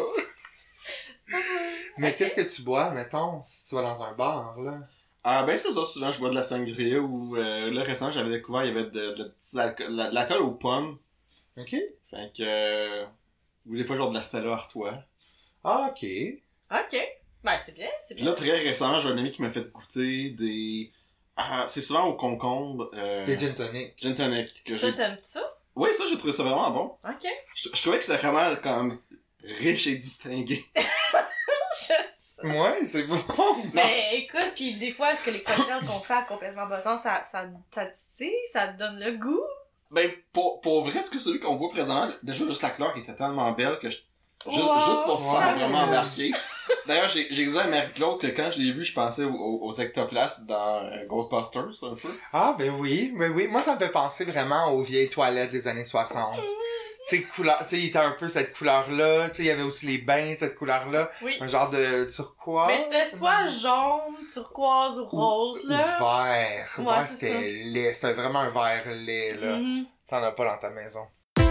pas. Mais qu'est-ce que tu bois, mettons, si tu vas dans un bar, là? Ah, ben, c'est ça, souvent, je bois de la sangria ou, euh, là, récemment, j'avais découvert, il y avait de, de, de petits alco- la- de l'alcool aux pommes. Ok. Fait que, euh, ou des fois, genre de la Stella Artois. Ah, ok. Ok. Ben, c'est bien, c'est Puis bien. là, très récemment, j'ai un ami qui m'a fait goûter des, ah, c'est souvent au concombre, euh, Les gin tonic. gin tonic. Que Ça, j'ai... t'aimes ça? Oui, ça, j'ai trouvé ça vraiment bon. Ok. Je, je trouvais que c'était vraiment, comme, riche et distingué. J'aime ça. Ouais, c'est bon. Mais écoute, pis des fois, est-ce que les cocktails qu'on fait à complètement buzzant, ça, ça, ça te titille, ça te donne le goût? Ben, pour, pour vrai, tout que celui qu'on voit présentement, déjà, juste la couleur qui était tellement belle que je, juste, Wow, juste pour ça, ouais. ça m'a vraiment embarqué. D'ailleurs, j'ai, j'ai dit à Marie-Claude que quand je l'ai vu, je pensais aux, aux, aux ectoplasmes dans euh, Ghostbusters, un peu. Ah, ben oui, ben oui. Moi, ça me fait penser vraiment aux vieilles toilettes des années soixante. Tu sais, couleur, tu sais, il était un peu cette couleur-là. Tu sais, il y avait aussi les bains de cette couleur-là. Oui. Un genre de turquoise. Mais c'était soit jaune, turquoise ou rose, Ou là. vert. Ouais, vert, c'est c'était ça. laid. C'était vraiment un vert laid, là. Mhm. T'en as pas dans ta maison.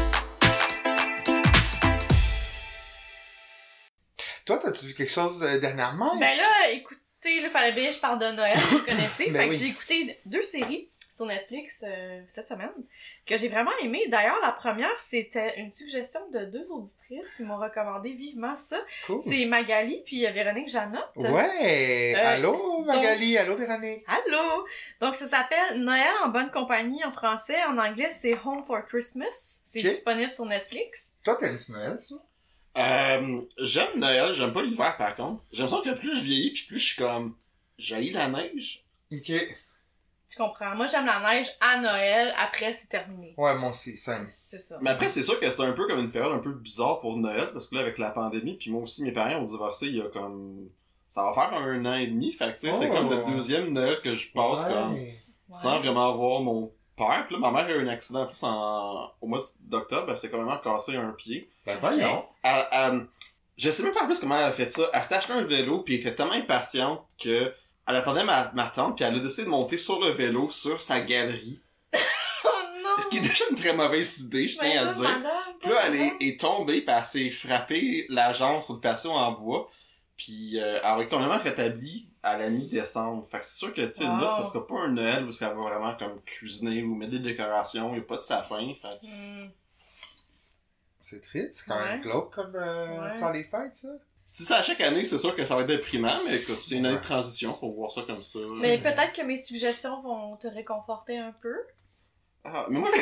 Toi, t'as-tu vu quelque chose euh, dernièrement? Ben là, écoutez, là, fallait bien que je parle de Noël, vous connaissez. Ben fait oui. que j'ai écouté deux séries sur Netflix euh, cette semaine que j'ai vraiment aimé. D'ailleurs, la première, c'était une suggestion de deux auditrices qui m'ont recommandé vivement ça. Cool. C'est Magali puis euh, Véronique Janotte. Ouais! Euh, Allô, Magali? Allô, Véronique? Allô! Donc, ça s'appelle Noël en bonne compagnie en français. En anglais, c'est Home for Christmas. C'est Ok. disponible sur Netflix. Toi, t'aimes-tu Noël, ça? Euh, j'aime Noël, j'aime pas l'hiver par contre. J'aime ça que plus je vieillis, puis plus je suis comme... J'haïs la neige. Ok. Je comprends. Moi, j'aime la neige à Noël, après, c'est terminé. Ouais, moi aussi, ça. C'est ça. Mais après, c'est sûr que c'est un peu comme une période un peu bizarre pour Noël, parce que là, avec la pandémie, puis moi aussi, mes parents ont divorcé il y a comme... Ça va faire un an et demi, fait que tu sais, c'est Oh. comme le deuxième Noël que je passe Ouais. comme... Sans vraiment voir mon père. Puis là, ma mère a eu un accident en plus en... au mois d'octobre, elle s'est quand même cassé un pied. Ben voyons. Elle, elle- je sais même pas en plus comment elle a fait ça. Elle s'était acheté un vélo, puis elle était tellement impatiente que elle attendait ma, ma tante, puis elle a décidé de monter sur le vélo, sur sa galerie. Oh non! Ce qui est déjà une très mauvaise idée, je tiens à le dire. Puis là, elle est, est tombée, puis elle s'est frappée la jambe sur le patio en bois. Puis euh, elle a quand même rétabli à la mi-décembre. Fait que c'est sûr que, tu sais, Wow. là, ça sera pas un Noël où elle va vraiment comme cuisiner ou mettre des décorations, il y a pas de sapin. Fait que- Hmm. C'est triste, c'est quand Ouais. même glauque comme euh, Ouais. temps des fêtes, ça. Si c'est à chaque année, c'est sûr que ça va être déprimant, mais écoute, c'est une année de transition, faut voir ça comme ça. Mais peut-être que mes suggestions vont te réconforter un peu. Ah, mais moi, c'est...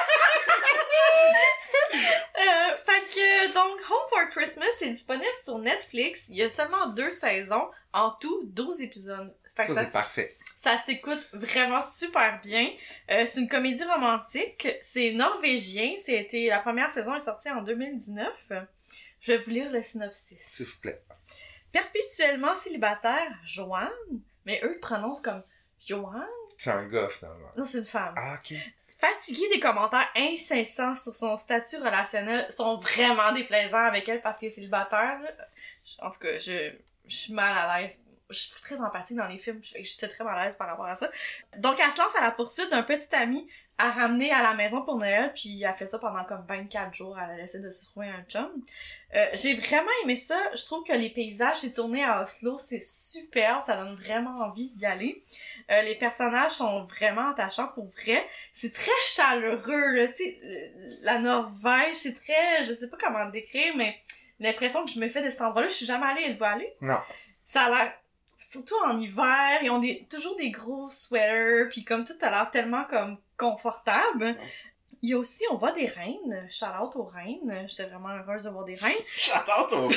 Euh, fait que, donc, Home for Christmas est disponible sur Netflix. Il y a seulement deux saisons. En tout, douze épisodes. Fait que Ça, ça, c'est parfait. ça s'écoute vraiment super bien. Euh, c'est une comédie romantique. C'est norvégien. C'était, la première saison est sortie en deux mille dix-neuf. Je vais vous lire le synopsis. S'il vous plaît. Perpétuellement célibataire, Joanne, mais eux, ils prononcent comme Joanne. C'est un gars, finalement. Non, c'est une femme. Ah, ok. Fatiguée des commentaires incessants sur son statut relationnel, sont vraiment déplaisants avec elle parce qu'elle est célibataire. Là. En tout cas, je, je suis mal à l'aise. Je suis très empathique dans les films. Je- J'étais très mal à l'aise par rapport à ça. Donc, elle se lance à la poursuite d'un petit ami à ramener à la maison pour Noël, puis elle fait ça pendant comme vingt-quatre jours. Elle essaie de se trouver un chum. Euh, j'ai vraiment aimé ça. Je trouve que les paysages, c'est tourné à Oslo, c'est superbe. Ça donne vraiment envie d'y aller. Euh, les personnages sont vraiment attachants pour vrai. C'est très chaleureux, là. C'est, euh, la Norvège, c'est très... Je sais pas comment le décrire, mais l'impression que je me fais de cet endroit-là, je suis jamais allée. Êtes-vous allée? Non. Ça a l'air... Surtout en hiver, ils ont des, toujours des gros sweaters, puis comme tout a l'air tellement comme confortable. Il y a aussi, on voit des reines. Shout-out aux reines. J'étais vraiment heureuse de voir des reines. J'attends au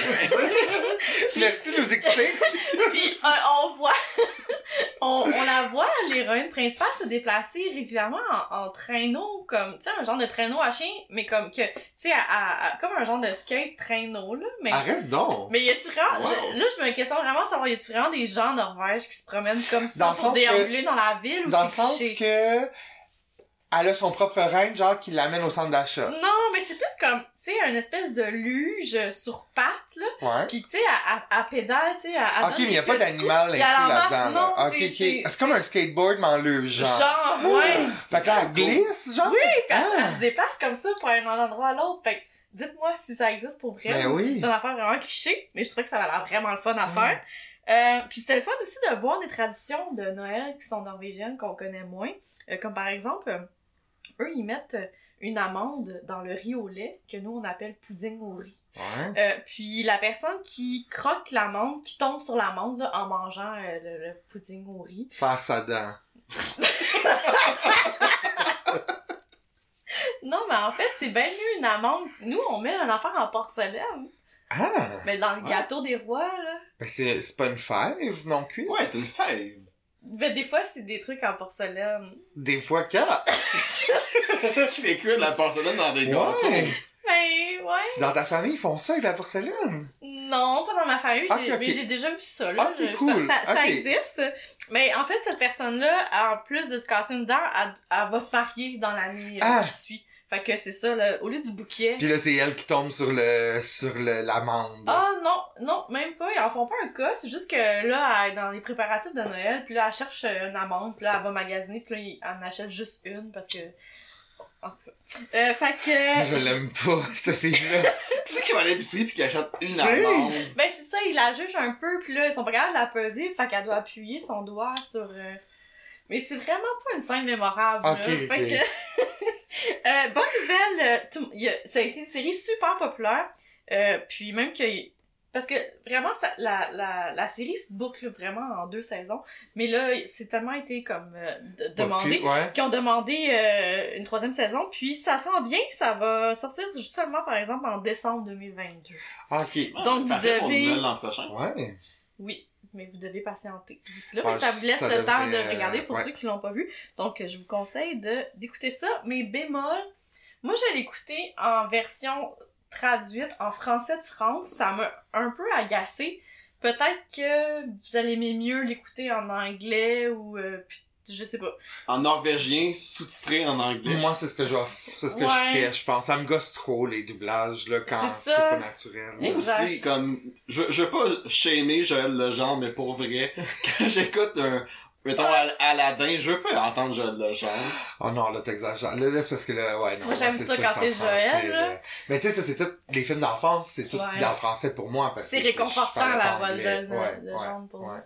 Merci de nous écouter. Puis euh, on voit... on, on la voit, l'héroïne principale, se déplacer régulièrement en, en traîneau, comme, tu sais, un genre de traîneau à chien, mais comme que, tu sais, à- à- à- comme un genre de skate traîneau, là. Mais, Arrête donc. mais y a-tu vraiment... Wow. je- là, je me questionne vraiment à savoir, y a-tu vraiment des gens en Norvège qui se promènent comme ça Dans le pour sens déambuler dans la ville, ou Dans le c'est sens cliché? que elle a son propre reine, genre, qui l'amène au centre d'achat. Non, mais c'est plus comme, tu sais, une espèce de luge sur pattes, là. Ouais. Pis tu sais, elle, elle, elle pédale, tu sais, elle, elle Ok, donne mais des y a pas petits d'animal coups, inclus puis elle embarque- là-dedans, là. non, Ok, c'est- ok. c'est- C'est comme un skateboard, mais en luge, genre. Genre, ouais. Fait que là, elle glisse, genre? Oui, puis elle, Ah. elle se déplace comme ça pour aller d'un endroit à l'autre. Fait que dites-moi si ça existe pour vrai Ben ou oui. si c'est une affaire vraiment cliché. Mais je trouvais que ça avait l'air vraiment le fun à Mm. faire. Euh, puis c'était le fun aussi de voir des traditions de Noël qui sont norvégiennes qu'on connaît moins. Euh, comme par exemple, euh, eux, ils mettent une amande dans le riz au lait que nous, on appelle pudding au riz. Ouais. Euh, puis la personne qui croque l'amande, qui tombe sur l'amande là, en mangeant euh, le, le pudding au riz. Faire sa dent. Non, mais en fait, c'est bien mieux une amande. Nous, on met un affaire en porcelaine. Ah! Mais dans le Ouais. gâteau des rois, là. Ben c'est, c'est pas une fève non cuite? Ouais, c'est une fève. Mais des fois, c'est des trucs en porcelaine. Des fois quatre. Ça qui fait cuire de la porcelaine dans des gâteaux. Ouais. Mais ouais. Dans ta famille, ils font ça avec la porcelaine? Non, pas dans ma famille, Ok, j'ai, ok. mais j'ai déjà vu ça, là. Ok, Je- cool. Ça, ça, ça Ok. existe. Mais en fait, cette personne-là, en plus de se casser une dent, elle, elle va se marier dans l'année euh, Ah. qui suit. Fait que c'est ça, là, au lieu du bouquet. Puis là, c'est elle qui tombe sur le, sur le, l'amande. Ah non, non, même pas, ils en font pas un cas, c'est juste que là, elle est dans les préparatifs de Noël, puis là, elle cherche euh, une amande, puis là, elle va magasiner, puis là, elle en achète juste une, parce que... En tout cas. Euh, fait que... Je l'aime pas, cette fille-là. Qui c'est qui va à l'épicerie pis qui achète une C'est- amande? Ben c'est ça, il la juge un peu, puis là, ils sont pas capables de la peser, fait qu'elle doit appuyer son doigt sur... euh, Mais c'est vraiment pas une scène mémorable, Ok, là. ok. Fait que... euh, bonne nouvelle, euh, tout- il y a- ça a été une série super populaire, euh, puis même que Parce que vraiment, ça, la, la, la série se boucle vraiment en deux saisons. Mais là, c'est tellement été comme euh, de- demandé Puis, ouais. qu'ils ont demandé euh, une troisième saison. Puis ça s'en vient, ça va sortir seulement par exemple en décembre deux mille vingt-deux. Ah, ok. Ah, Donc, vous parfait pour devez- Noël l'an prochain. Ouais. Oui, mais vous devez patienter d'ici là. Ouais, mais ça vous laisse ça le temps de devrait, regarder pour ouais. ceux qui l'ont pas vu. Donc, je vous conseille de d'écouter ça. Mais bémol, moi, je l'ai écouté en version traduite en français de France. Ça m'a un peu agacé. Peut-être que vous allez aimer mieux l'écouter en anglais ou... euh, je sais pas. En norvégien, sous-titré en anglais. Moi, c'est ce que je vais f- c'est ce que Ouais. je ferais, je pense. Ça me gosse trop, les doublages, là, quand C'est c'est ça. pas naturel. Moi Exact. aussi, comme, je, je veux pas shamer Joël Legendre, mais pour vrai, quand j'écoute un, mettons, Al- Aladdin, je veux pas entendre Joël Legendre. Oh non, là, t'exagères. Là, là, c'est parce que là, ouais, non. Moi, j'aime là, c'est ça sûr quand que c'est en français, Joël, là. Mais tu sais, ça, c'est tout, les films d'enfance, c'est tout Ouais. en français pour moi, parce que. C'est tu sais, je réconfortant, parle la pas voix de anglais. Joël Ouais, Legendre ouais, pour ouais. vous.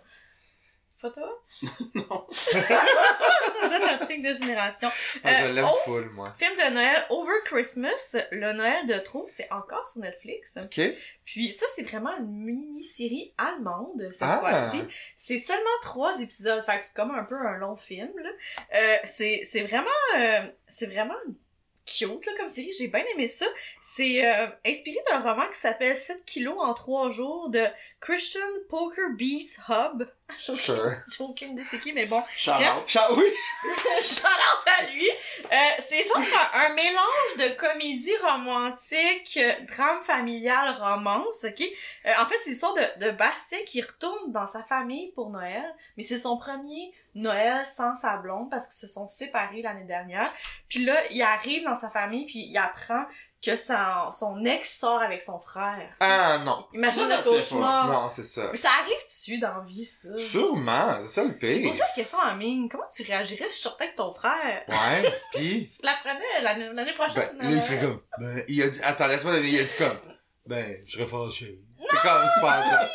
Pas toi? Non. Ça doit être un truc de génération. Ah, je Euh, l'aime oh! full, moi. Film de Noël Over Christmas, le Noël de trop, c'est encore sur Netflix. Ok? Puis ça, c'est vraiment une mini-série allemande, cette Ah! fois-ci. C'est seulement trois épisodes, fait que c'est comme un peu un long film, là. Euh, c'est, c'est vraiment... euh, c'est vraiment cute, là, comme série. J'ai bien aimé ça. C'est euh, inspiré d'un roman qui s'appelle sept kilos en trois jours de Christian Poker Beast Hub. J'ai aucune- Sure. j'ai aucune idée c'est qui, mais bon. Shout out. Cha- oui! Shout out à lui! Euh, c'est genre un, un mélange de comédie romantique, euh, drame familial, romance, ok? Euh, en fait, c'est l'histoire de, de Bastien qui retourne dans sa famille pour Noël, mais c'est son premier Noël sans sa blonde parce qu'ils se sont séparés l'année dernière. Puis là, il arrive dans sa famille puis il apprend que son, son ex sort avec son frère. Ah, non. Imagine Ça, ça le se fait pas. cauchemar. Non, c'est ça. Mais ça arrive dessus dans la vie, ça. Sûrement, c'est ça le J'ai pire. posé la question à Ming. Comment tu réagirais si je sortais avec ton frère? Ouais, pis. Tu la prenais l'année, l'année prochaine? Ben, là, il fait comme. Ben, il a dit. Attends, laisse-moi donner. Il a dit comme. Ben, je serais fâché. C'est comme super plat.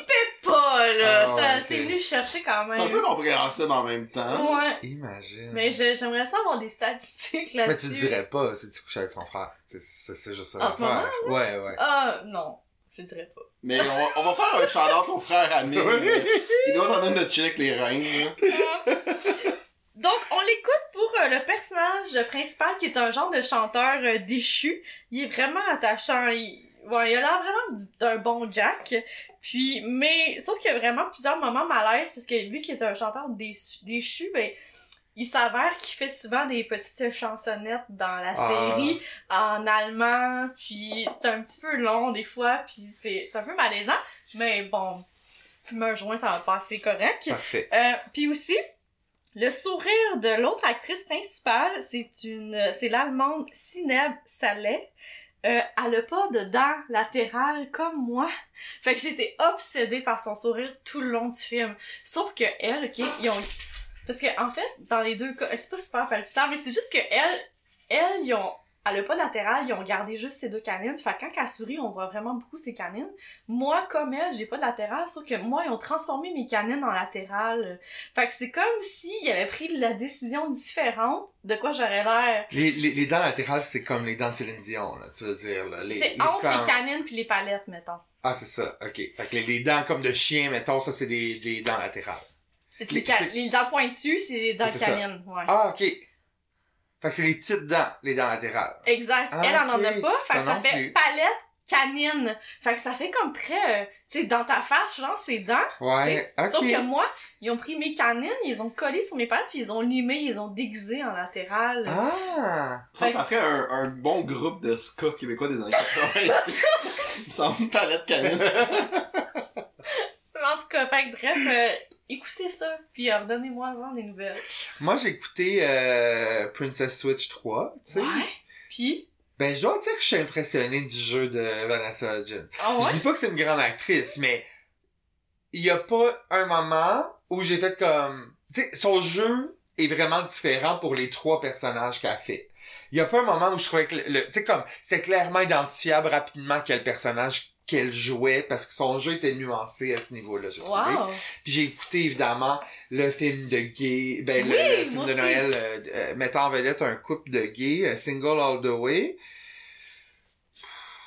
Pas, là. Ah, ça, ouais, c'est ok. venu chercher quand C'est un même. peu compréhensible en même temps. Ouais. Imagine. Mais je- j'aimerais ça avoir des statistiques là-dessus. Mais tu le dirais pas si tu couchais avec son frère. C'est, c'est, c'est juste ça. En ce l'affaire. Ouais, ouais. Ah, non. Je dirais pas. Mais on va, on va faire un shout-out au frère Amine. là. Il doit en train de chiller avec les reines. là. Donc, on l'écoute pour euh, le personnage principal qui est un genre de chanteur euh, déchu. Il est vraiment attachant. Il, ouais, il a l'air vraiment du- d'un bon Jack. Puis, mais, sauf qu'il y a vraiment plusieurs moments malaise parce que vu qu'il est un chanteur déçu, déchu, ben, il s'avère qu'il fait souvent des petites chansonnettes dans la Ah. série en allemand. Puis, c'est un petit peu long des fois. Puis, c'est c'est un peu malaisant. Mais bon, fumer un joint, ça va passer correct. Parfait. Euh, puis aussi, le sourire de l'autre actrice principale, c'est une, c'est l'allemande Sineb Saleh. Euh, elle a pas de dents latérales comme moi. Fait que j'étais obsédée par son sourire tout le long du film. Sauf que elle, ok, ils ont... Parce que, en fait, dans les deux cas, c'est pas super palpitant, mais c'est juste que elle, elle, ils ont... Elle a pas de latérale, ils ont gardé juste ses deux canines. Fait que quand elle sourit, on voit vraiment beaucoup ses canines. Moi, comme elle, j'ai pas de latérale, sauf que moi, ils ont transformé mes canines en latérales. Fait que c'est comme s'ils avaient pris la décision différente de quoi j'aurais l'air. Les, les, les dents latérales, c'est comme les dents de Céline Dion, là, tu veux dire, là. Les, C'est les entre comme- les canines puis les palettes, mettons. Ah, c'est ça, ok. Fait que les, les dents comme de chien, mettons, ça, c'est des, des dents latérales. C'est Les- les, ca- c'est- les dents pointues, c'est les dents C'est ça. canines, ouais. Ah, ok. Fait que c'est les petites dents, les dents latérales. Exact. Ah, Elle en en a ok. pas, fait Toi que ça non fait plus. palette, canine. Fait que ça fait comme très, euh, tu sais, dans ta face, genre, c'est dents. Ouais, tu sais. ok. Sauf que moi, ils ont pris mes canines, ils les ont collées sur mes palettes, puis ils ont limé, ils les ont déguisées en latéral. Ah! Ça, Fait- ça ferait un, un bon groupe de ska québécois des années quatre-vingt-dix. Il me semble une palette canine. En tout cas, fait que bref, euh, écoutez ça, puis euh, redonnez-moi-en des nouvelles. Moi, j'ai écouté euh, Princess Switch trois, tu sais. Ouais. Puis, Ben, je dois dire que je suis impressionné du jeu de Vanessa Hudgens. ah ouais? Je dis pas que c'est une grande actrice, mais il y a pas un moment où j'ai fait comme... Tu sais, son jeu est vraiment différent pour les trois personnages qu'elle fait. Il y a pas un moment où je trouvais que le... le- tu sais, comme, c'est clairement identifiable rapidement quel personnage qu'elle jouait, parce que son jeu était nuancé à ce niveau-là, j'ai trouvé. Wow! Puis j'ai écouté, évidemment, le film de gay, ben, le- Oui, le, film moi de aussi. Noël euh, euh, mettant en vedette un couple de gays, euh, Single All the Way.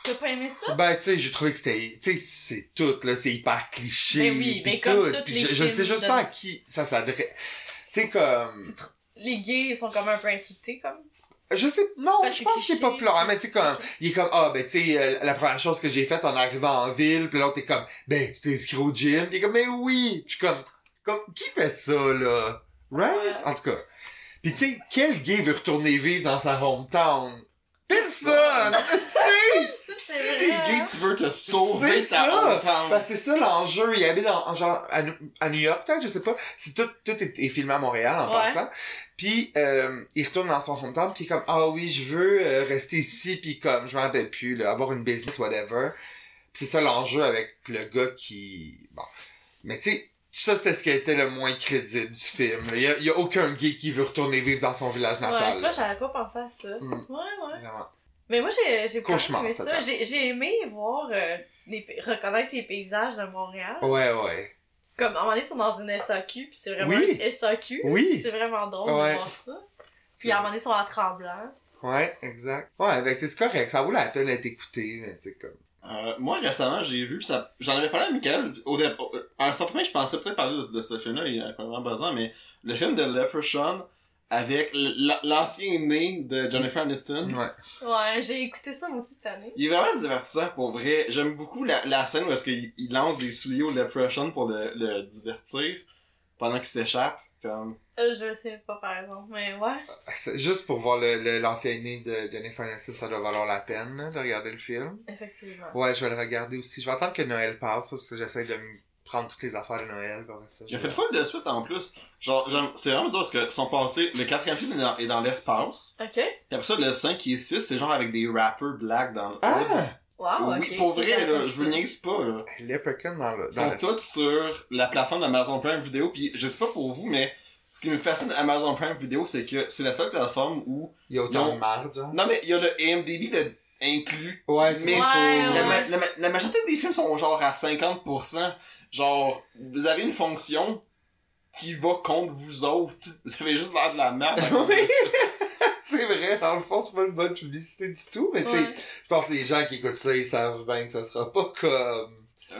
T'as pas aimé ça? Ben, tu sais, j'ai trouvé que c'était, tu sais, c'est tout, là, c'est hyper cliché. Ben oui, pis mais comme tout, tous pis les je, je sais films juste de- pas à qui ça s'adresse. Tu sais, comme, C'est trop- Les gays, ils sont comme un peu insultés, comme. je sais, non, Ben, je c'est pense qu'il est cliché. populaire, mais tu sais, comme, il est comme, ah, ben, tu sais, euh, la première chose que j'ai faite en arrivant en ville, pis l'autre est comme, ben, tu t'es inscrit au gym, pis il est comme, mais oui! Je suis comme, comme, qui fait ça, là? Right? Ouais. En tout cas. Pis tu sais, quel gay veut retourner vivre dans sa hometown? Personne! Tu sais! Si C'est t'es vrai, gay, hein? tu veux te sauver C'est ta ça! hometown. Ben, c'est ça l'enjeu. Il habite dans, en genre, à, New- à New York, peut-être, je sais pas. C'est tout, tout est, est filmé à Montréal, en Ouais. passant. Puis, euh, il retourne dans son hometown, puis il est comme, ah oui, je veux euh, rester ici, puis comme, je m'en rappelle plus, là, avoir une business, whatever. Puis c'est ça l'enjeu avec le gars qui... Bon. Mais tu sais, ça, c'était ce qui a été le moins crédible du film. Il y a, il y a aucun gay qui veut retourner vivre dans son village Ouais, natal. tu vois, là. j'avais pas pensé à ça. Mm. Ouais, ouais. Vraiment. Mais moi, j'ai, j'ai quand même Cauchemar, aimé ça, ça. t'as- J'ai, j'ai aimé voir, euh, les, pa- reconnaître les paysages de Montréal. Ouais, ouais. Comme, à un moment donné, ils sont dans une S A Q, puis c'est vraiment Oui. une S A Q. Oui. C'est vraiment drôle Ouais. de voir ça. Puis à un moment donné, ils sont à Tremblant. Ouais, exact. Ouais, ben, tu sais, c'est correct. Ça vaut la peine d'être écouté, mais tu sais, comme... Euh, moi, récemment, j'ai vu, ça, j'en avais parlé à Michael, au dé... au- à un certain point, je pensais peut-être parler de, de ce film-là, il y a vraiment besoin, mais le film de Leprechaun, avec l- l'ancien né de Jennifer Aniston, Ouais. Ouais, j'ai écouté ça moi aussi cette année. il est vraiment divertissant, pour vrai. J'aime beaucoup la, la scène où est-ce qu'il il lance des souliers au Leprechaun pour le, le divertir, pendant qu'il s'échappe, comme... Euh, je sais pas par exemple, mais ouais. C'est- Juste pour voir le, le, l'ancien né de Jennifer Aniston, ça doit valoir la peine, là, de regarder le film. Effectivement. Ouais, je vais le regarder aussi. Je vais attendre que Noël passe, parce que j'essaie de me prendre toutes les affaires de Noël, pour ça. Il a je fait vais- full de suite en plus. Genre, j'aime- c'est vraiment bizarre parce que son passé, le quatrième film est dans, est dans l'espace. Ok. Puis après ça, le cinq et six, c'est genre avec des rappers black dans le Ah! Wow, Oui, ok. pour c'est vrai, bien là, fait je vous ça. niaise pas, là. Leprechaun dans le... Ils Dans sont le... tous sur la plateforme d'Amazon Prime Video, puis je sais pas pour vous, mais ce qui me fascine d'Amazon Prime Video, c'est que c'est la seule plateforme où... Il y a autant Non. de marge, genre. Non, mais il y a le I M D B de... inclus. Ouais, c'est Mais ça. Ouais, pour- La, ouais. ma- la, ma- la majorité des films sont genre à cinquante pour cent. Genre, vous avez une fonction qui va contre vous autres. Vous avez juste l'air de la merde. à cause de Oui. ça. C'est vrai, dans le fond, c'est pas une bonne publicité du tout, mais tu sais, Ouais. je pense que les gens qui écoutent ça, ils savent bien que ça sera pas comme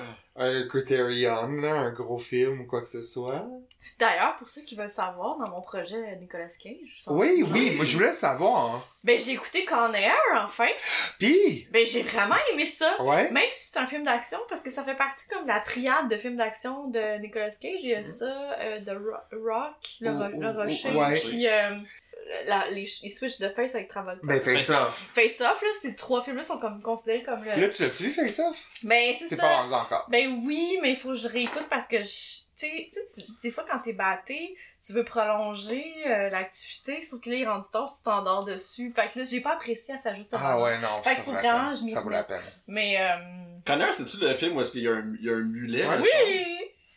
un Criterion, là, un gros film ou quoi que ce soit. D'ailleurs, pour ceux qui veulent savoir, dans mon projet Nicolas Cage, sans- Oui, oui, moi je voulais le savoir. Hein. Ben j'ai écouté Con Air, enfin. Pis, Ben j'ai vraiment aimé ça. ouais, Même si c'est un film d'action, parce que ça fait partie comme de la triade de films d'action de Nicolas Cage. Il y Mm. a ça, euh, de Ro- Rock, le, Ou- ro- le ou- rocher, ouais. puis euh, la, les, les switches de face avec Travolta. ben Face Off. Face Off, là, ces trois films-là sont comme considérés comme le... Là, tu l'as-tu vu Face Off? Ben c'est T'es ça. pas rendu encore. Ben oui, mais il faut que je réécoute parce que, je- tu sais, tu sais, des fois quand t'es batté, tu veux prolonger euh, l'activité, sauf que là, il est rendu tard, tu t'endors dessus. Fait que là, j'ai pas apprécié à sa juste Ah valeur. ouais, non, Fait ça qu'il faut vaut la vraiment peine. que je m'y Ça vaut la remette. peine. Mais, euh... Connor, c'est-tu le film où est-ce qu'il y a un, il y a un mulet? Ouais. là, oui!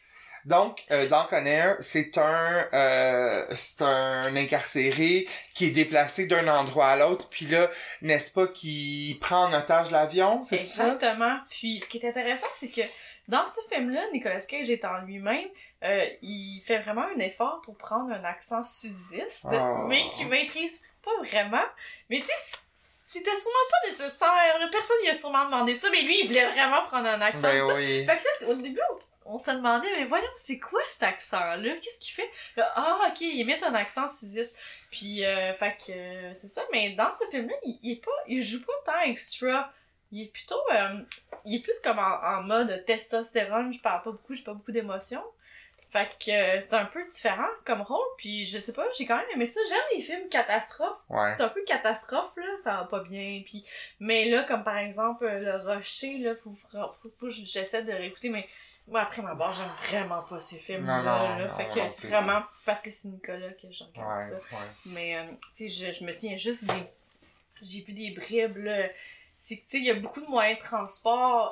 Donc, euh, dans Conair, c'est un euh, c'est un incarcéré qui est déplacé d'un endroit à l'autre, puis là, n'est-ce pas, qui prend en otage l'avion, c'est ça? Exactement. Puis, ce qui est intéressant, c'est que dans ce film-là, Nicolas Cage est en lui-même, euh, il fait vraiment un effort pour prendre un accent sudiste, Oh. mais qu'il maîtrise pas vraiment. Mais tu sais, c'était sûrement pas nécessaire. là. Personne lui a sûrement demandé ça, mais lui, il voulait vraiment prendre un accent. Ben ça. oui. Fait que là, au début, on, on se demandait, mais voyons, c'est quoi cet accent-là? Qu'est-ce qu'il fait? Là, ah, ok, il imite un accent sudiste. Puis, euh, fait que, euh, c'est ça. Mais dans ce film-là, il, il est pas, il joue pas tant extra. Il est plutôt, euh, il est plus comme en, en mode testostérone. Je parle pas beaucoup, j'ai pas beaucoup d'émotions. Fait que euh, c'est un peu différent comme rôle. Puis, je sais pas, j'ai quand même aimé ça. J'aime les films catastrophes. Ouais. C'est un peu catastrophe, là, ça va pas bien, puis... Mais là, comme par exemple, euh, Le Rocher, là, faut, faut, faut, faut que j'essaie de réécouter, mais moi, après ma barre, j'aime vraiment pas ces films-là, Non, non, là, non, fait non que plus. c'est vraiment parce que c'est Nicolas que je regarde Ouais, ça. ouais. Mais, euh, tu sais, je, je me souviens juste des... J'ai vu des bribes, là, c'est que, tu sais, il y a beaucoup de moyens de transport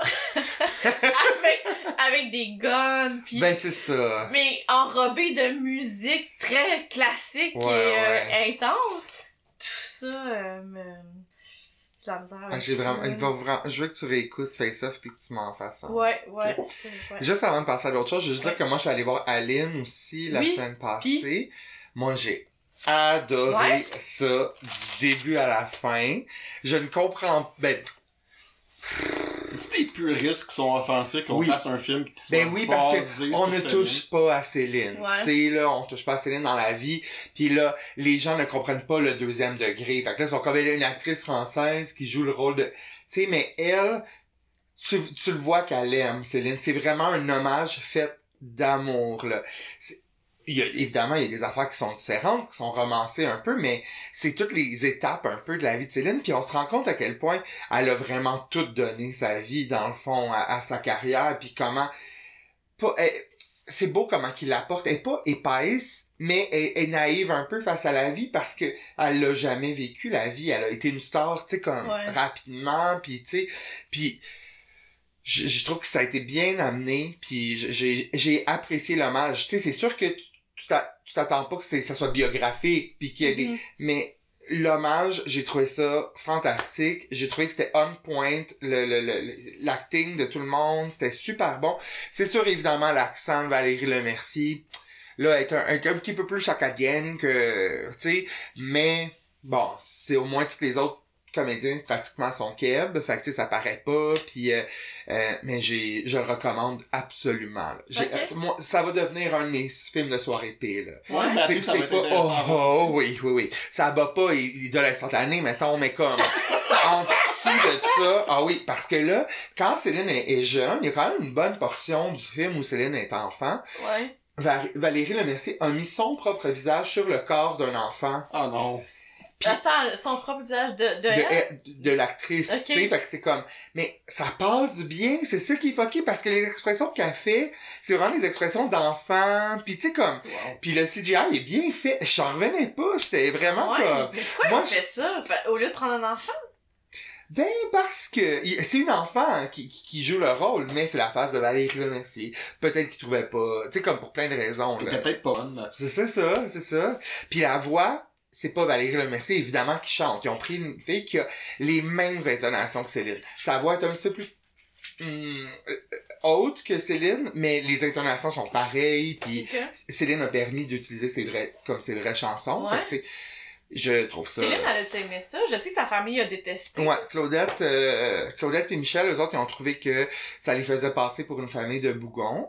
avec, avec des guns, puis... Ben c'est ça. Mais enrobé de musique très classique Ouais, et euh, ouais. intense. Tout ça euh, me... J'ai la misère avec Ah, j'ai ça. vraiment, il va vraiment, je veux que tu réécoutes Face Off puis que tu m'en fasses un. Ouais, ouais, c'est... Ouais. Juste avant de passer à l'autre chose, je veux juste Ouais. dire que moi, je suis allé voir Aline aussi la Oui. semaine passée. Moi, j'ai adoré Ouais. ça du début à la fin. Je ne comprends... Ben, C'est-tu des puristes qui sont offensés qu'on Oui. fasse un film qui soit Ben oui, parce basé que on sur ne Céline? touche pas à Céline. Ouais. C'est là, on touche pas à Céline dans la vie. Puis là, les gens ne comprennent pas le deuxième degré. Fait que là, ils sont comme elle est une actrice française qui joue le rôle de... Tu sais, mais elle, tu, tu le vois qu'elle aime, Céline. C'est vraiment un hommage fait d'amour, là. C'est... Il y a, évidemment, il y a des affaires qui sont différentes, qui sont romancées un peu, mais c'est toutes les étapes un peu de la vie de Céline, puis on se rend compte à quel point elle a vraiment tout donné sa vie, dans le fond, à, à sa carrière, puis comment... Pas, elle, c'est beau comment qu'il l'apporte. Elle est pas épaisse, mais elle, elle est naïve un peu face à la vie, parce que elle l'a jamais vécu, la vie. Elle a été une star, tu sais, comme Ouais. rapidement, puis tu sais... Puis... Je, je trouve que ça a été bien amené, puis j'ai j'ai apprécié l'hommage. Tu sais, c'est sûr que tu tu t'a- tu t'attends pas que c'est ça soit biographique, puis qu'il y ait des... Mhm. Mais l'hommage, j'ai trouvé ça fantastique. J'ai trouvé que c'était on point, le, le, le, l'acting de tout le monde, c'était super bon. C'est sûr, évidemment, l'accent de Valérie Lemercier, là, est un, est un petit peu plus acadienne que, tu sais, mais bon, c'est au moins toutes les autres comédiens pratiquement sont keb, fait que tu sais, ça paraît pas, puis euh, euh, mais j'ai je le recommande absolument. Là. J'ai, Ok. euh, moi, ça va devenir un de mes films de soirée P, là. Ouais, mais C'est, après, ça va c'est être pas, intéressant oh, à voir oh, aussi. oui, oui, oui. Ça bat pas il de l'instantané, mettons, mais comme, en dessous de ça, ah oui, parce que là, quand Céline est, est jeune, il y a quand même une bonne portion du film où Céline est enfant. Ouais. Va- Valérie Lemercier a mis son propre visage sur le corps d'un enfant. Ah non. Puis- Attends, son propre visage de, de, de, elle? de l'actrice, Ok. tu sais, fait que c'est comme, mais ça passe bien, c'est ça qui est fucké, parce que les expressions qu'elle fait, c'est vraiment des expressions d'enfant, pis tu sais, comme, Wow. pis le C G I est bien fait, j'en revenais pas, j'étais vraiment Ouais, comme, mais pourquoi moi, on fait ça? Fait- au lieu de prendre un enfant? ben, parce que, il- c'est une enfant qui, qui, qui joue le rôle, mais c'est la face de Valérie Lemercier, peut-être qu'il trouvait pas, tu sais, comme pour plein de raisons, Elle là. était peut-être pas bonne, là. C'est ça, ça, c'est ça. Puis la voix, c'est pas Valérie Lemercier, évidemment, qui chante. Ils ont pris une fille qui a les mêmes intonations que Céline. Sa voix est un petit peu plus hum, euh, haute que Céline, mais les intonations sont pareilles. Puis Ok. Céline a permis d'utiliser ses vraies, comme ses vraies chansons. Ouais. Fait que, tu sais, je trouve ça... Céline, elle a-tu aimé ça? Je sais que sa famille a détesté. Ouais, Claudette, euh, Claudette et Michel, eux autres, ils ont trouvé que ça les faisait passer pour une famille de bougons.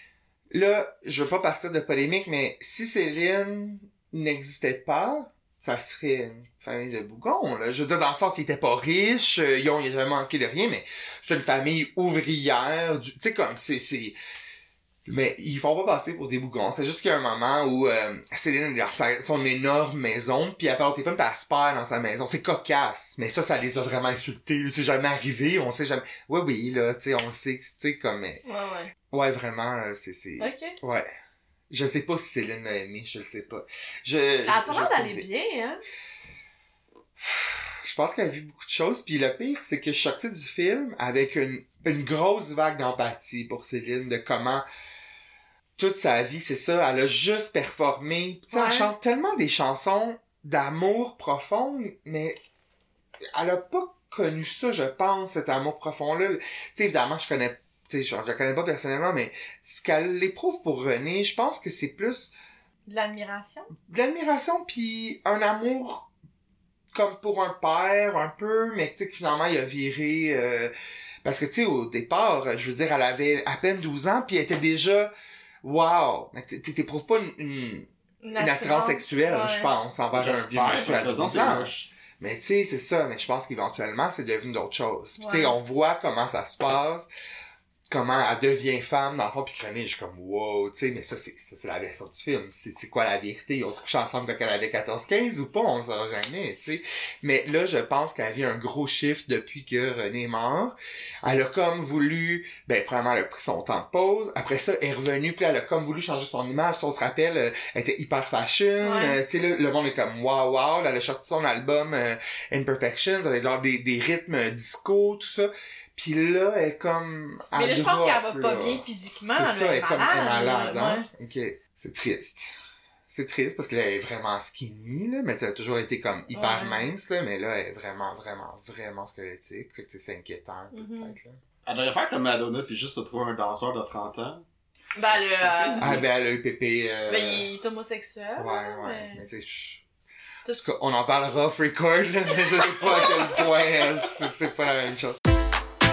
Là, je veux pas partir de polémique, mais si Céline n'existait pas, ça serait une famille de bougons, là. Je veux dire, dans le sens, ils étaient pas riches, euh, ils ont jamais manqué de rien, mais c'est une famille ouvrière, du, tu sais, comme, c'est, c'est, mais ils font pas passer pour des bougons. C'est juste qu'il y a un moment où euh, Céline a sa- son énorme maison, puis elle parle au téléphone, puis elle se perd dans sa maison. C'est cocasse, mais ça, ça les a vraiment insultés. là. C'est jamais arrivé, on sait jamais... Oui, oui, là, tu sais, on le sait, tu sais, comme... mais- Ouais, ouais. Ouais, vraiment, euh, c'est... c'est... Ok. Ouais. Je sais pas si Céline l'a aimé, je le sais pas. Je... Elle a pas je- l'air je- d'aller bien, hein? Je pense qu'elle a vu beaucoup de choses, puis le pire, c'est que je suis sorti du film avec une, une grosse vague d'empathie pour Céline, de comment... toute sa vie, c'est ça, elle a juste performé. Tu sais, Ouais. elle chante tellement des chansons d'amour profond, mais elle a pas connu ça, je pense, cet amour profond-là. Tu sais, évidemment, je connais, tu sais, je, je la connais pas personnellement, mais ce qu'elle éprouve pour René, je pense que c'est plus De l'admiration. de l'admiration puis un amour comme pour un père, un peu, mais tu sais, que finalement, il a viré... euh, parce que, tu sais, au départ, je veux dire, elle avait à peine douze ans, puis elle était déjà... Wow! Mais t- t'éprouves pas une, une, une attirance sexuelle, ouais. je pense, envers un vieux J'espère, monsieur à parce que sinon, douze c'est ans. moche. Mais tu sais, c'est ça. Mais je pense qu'éventuellement, c'est devenu d'autres choses. Puis tu sais, Ouais. on voit comment ça se passe, comment elle devient femme, dans le fond, puis René, je suis comme, wow, tu sais, mais ça, c'est ça, c'est la version du film. C'est c'est quoi la vérité? Ils ont couché ensemble quand elle avait quatorze quinze ou pas? On ne saura jamais, tu sais. Mais là, je pense qu'elle a vu un gros chiffre depuis que René est mort. Elle a comme voulu, ben, premièrement, elle a pris son temps de pause. Après ça, elle est revenue, puis elle a comme voulu changer son image. Si on se rappelle, euh, elle était hyper fashion. Ouais. Euh, tu sais, là, le monde est comme, wow, wow. Là, elle a sorti son album euh, Imperfections, avec genre des, des rythmes disco, tout ça. Puis là, elle est comme... Mais là, je pense qu'elle va drop, pas là. bien physiquement. C'est là, ça, elle est comme elle est malade, là, hein? Ok. C'est triste. C'est triste parce qu'elle est vraiment skinny, là, mais elle a toujours été comme hyper Ouais. mince, là, mais là, elle est vraiment, vraiment, vraiment squelettique. Fait que tu sais, c'est inquiétant un peu, Mhm. peut-être, là. Elle devrait faire comme Madonna puis juste se trouver un danseur de trente ans. Ben, le. Ça euh, fait Ah, ben, elle a eu pépé, euh... ben, il est homosexuel. Ouais, hein, ouais, mais- mais tu sais, je- Tout en tout cas, on en parlera off record, là, mais je sais pas à quel point euh, c'est, c'est pas la même chose.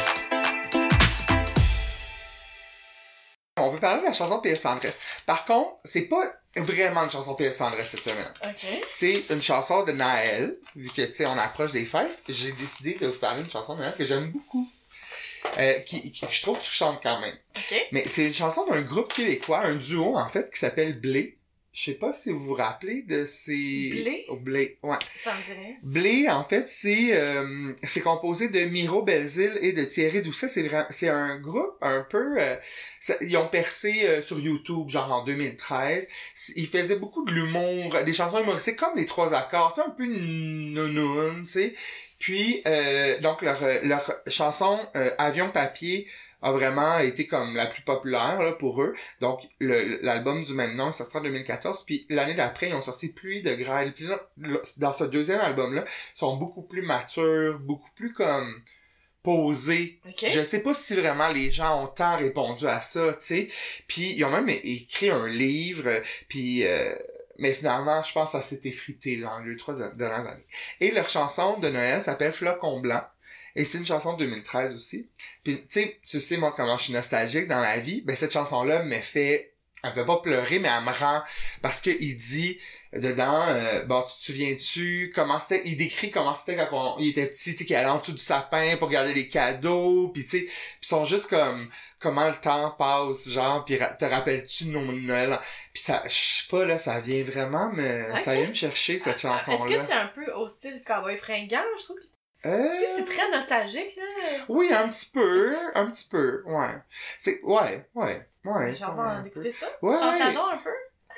on veut parler de la chanson P S Tendresse. Par contre, c'est pas vraiment une chanson P S Tendresse cette semaine. Ok. C'est une chanson de Naël, vu que, tu sais, on approche des fêtes. J'ai décidé de vous parler d'une chanson de Naël que j'aime beaucoup. Euh, qui, qui, que je trouve touchante quand même. Ok. Mais c'est une chanson d'un groupe québécois, un duo, en fait, qui s'appelle Blé. Je sais pas si vous vous rappelez de ces... Blé? Oh, Blé, ouais. Ça me dit rien. Blé, en fait, c'est euh, c'est composé de Miro Belzile et de Thierry Doucet. C'est vra- c'est un groupe un peu... Euh, ça- ils ont percé euh, sur YouTube, genre en deux mille treize. Ils faisaient beaucoup de l'humour, des chansons humoristiques comme Les Trois Accords, tu sais, un peu nounoun, tu sais. Puis, euh, donc, leur, leur chanson euh, Avion Papier a vraiment été comme la plus populaire là, pour eux. Donc, le, l'album du même nom est sorti en deux mille quatorze, puis l'année d'après, ils ont sorti Pluie de grêle. Puis là, dans ce deuxième album-là, ils sont beaucoup plus matures, beaucoup plus comme posés. Ok. Je sais pas si vraiment les gens ont tant répondu à ça, tu sais. Puis, ils ont même é- écrit un livre, puis... Euh, mais finalement, je pense que ça s'est effrité dans les deux, trois dernières années. Et leur chanson de Noël s'appelle Flocon Blanc. Et c'est une chanson de deux mille treize aussi. Puis, tu sais, tu sais, moi, comment je suis nostalgique dans la vie. Ben, cette chanson-là me fait... Elle me fait pas pleurer, mais elle me rend... Parce que il dit dedans... Euh, bon, tu te souviens-tu comment c'était... Il décrit comment c'était quand on, il était petit, tu sais, qu'il allait en dessous du sapin pour garder les cadeaux. Puis, tu sais, ils sont juste comme... Comment le temps passe, genre... Puis, te rappelles-tu de nos Noël? Puis, ça... Je sais pas, là, ça vient vraiment me... Okay. Ça vient me chercher, cette Ah, chanson-là. Est-ce que c'est un peu au style Cowboy Fringant? Je trouve que Euh... tu sais, c'est très nostalgique, là. Oui, un petit peu, un petit peu, ouais. C'est, ouais, ouais, ouais. J'ai quand même envie un peu. d'écouter ça. Ouais, Chante-la ouais. donc un peu.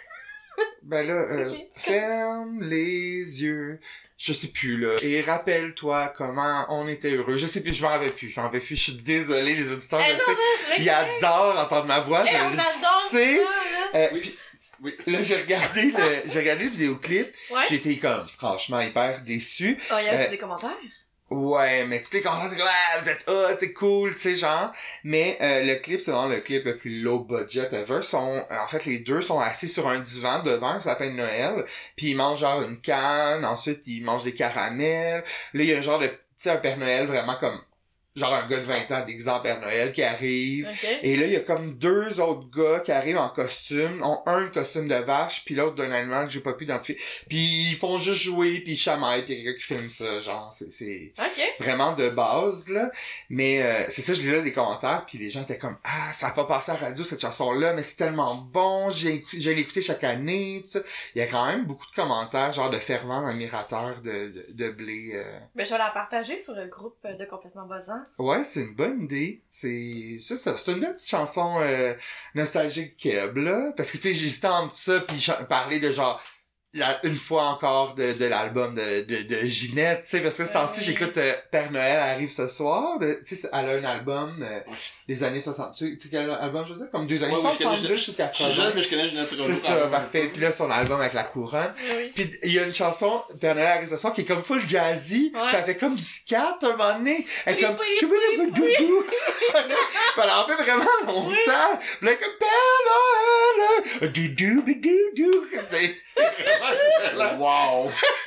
Ben là, euh, Ok. ferme les yeux. Je sais plus, là. Et rappelle-toi comment on était heureux. Je sais plus, je m'en rappelle plus. Je m'en rappelle plus. Je suis désolé, les auditeurs. Eh je non, sais. non, c'est vrai Ils que- adorent entendre ma voix. Eh, je on le adore sais. ça, là. Euh, Oui. puis Oui. là, j'ai regardé le, j'ai regardé le vidéoclip. Ouais. J'ai été comme, franchement, hyper déçu. Oh, il y a Euh, des commentaires. Ouais, mais tous les commentaires, c'est comme, ah, vous êtes hot, c'est cool, tu sais, genre. Mais euh, le clip, c'est vraiment le clip le plus low budget ever. Sont, en fait, les deux sont assis sur un divan devant, ça s'appelle Noël. Puis ils mangent genre une canne, ensuite ils mangent des caramels. Là, il y a un genre de, tu sais, un Père Noël vraiment comme, genre un gars de vingt ans déguisé en Père Noël qui arrive. Ok. Et là, il y a comme deux autres gars qui arrivent en costume. ont un costume de vache, puis l'autre d'un animal que j'ai pas pu identifier. Puis ils font juste jouer, puis ils chamaillent, puis il y a quelqu'un qui filme ça. Genre, c'est, c'est Ok. vraiment de base, là. Mais euh, c'est ça, je lisais des commentaires, puis les gens étaient comme « Ah, ça a pas passé à la radio, cette chanson-là, mais c'est tellement bon, j'ai, j'ai l'écouté chaque année, tout ça. » Il y a quand même beaucoup de commentaires, genre de fervents admirateurs de, de, de Blé. Euh. Ben, je vais la partager sur le groupe de Complètement Buzzant. Ouais, c'est une bonne idée. C'est c'est ça, c'est une belle petite chanson euh, nostalgique keb, là. Parce que, tu sais, j'hésitais entre ça puis ch- parler de genre, la, une fois encore de, de l'album de, de, de Ginette, tu sais, parce que ce Ben temps-ci, oui. j'écoute euh, Père Noël arrive ce soir. de- Tu sais, elle a un album euh, des années soixante. Tu sais, quel album je veux dire? Comme deux années Ouais, oui, je connais soixante-dix ou Je quatre-vingts. suis jeune, mais je connais Ginette Renaud. C'est ça, parfait. Puis là, son album avec la couronne. Oui. Puis il y a une chanson, Père Noël arrive ce soir, qui est comme full jazzy. Ouais. Puis elle fait comme du scat un moment donné. Elle est Oui, comme... oui, Chouboulou-boudou. Puis elle en fait vraiment longtemps. Puis elle est comme Père Noël. Doudou-bidou-dou. C'est c'est vraiment excellent. Wow!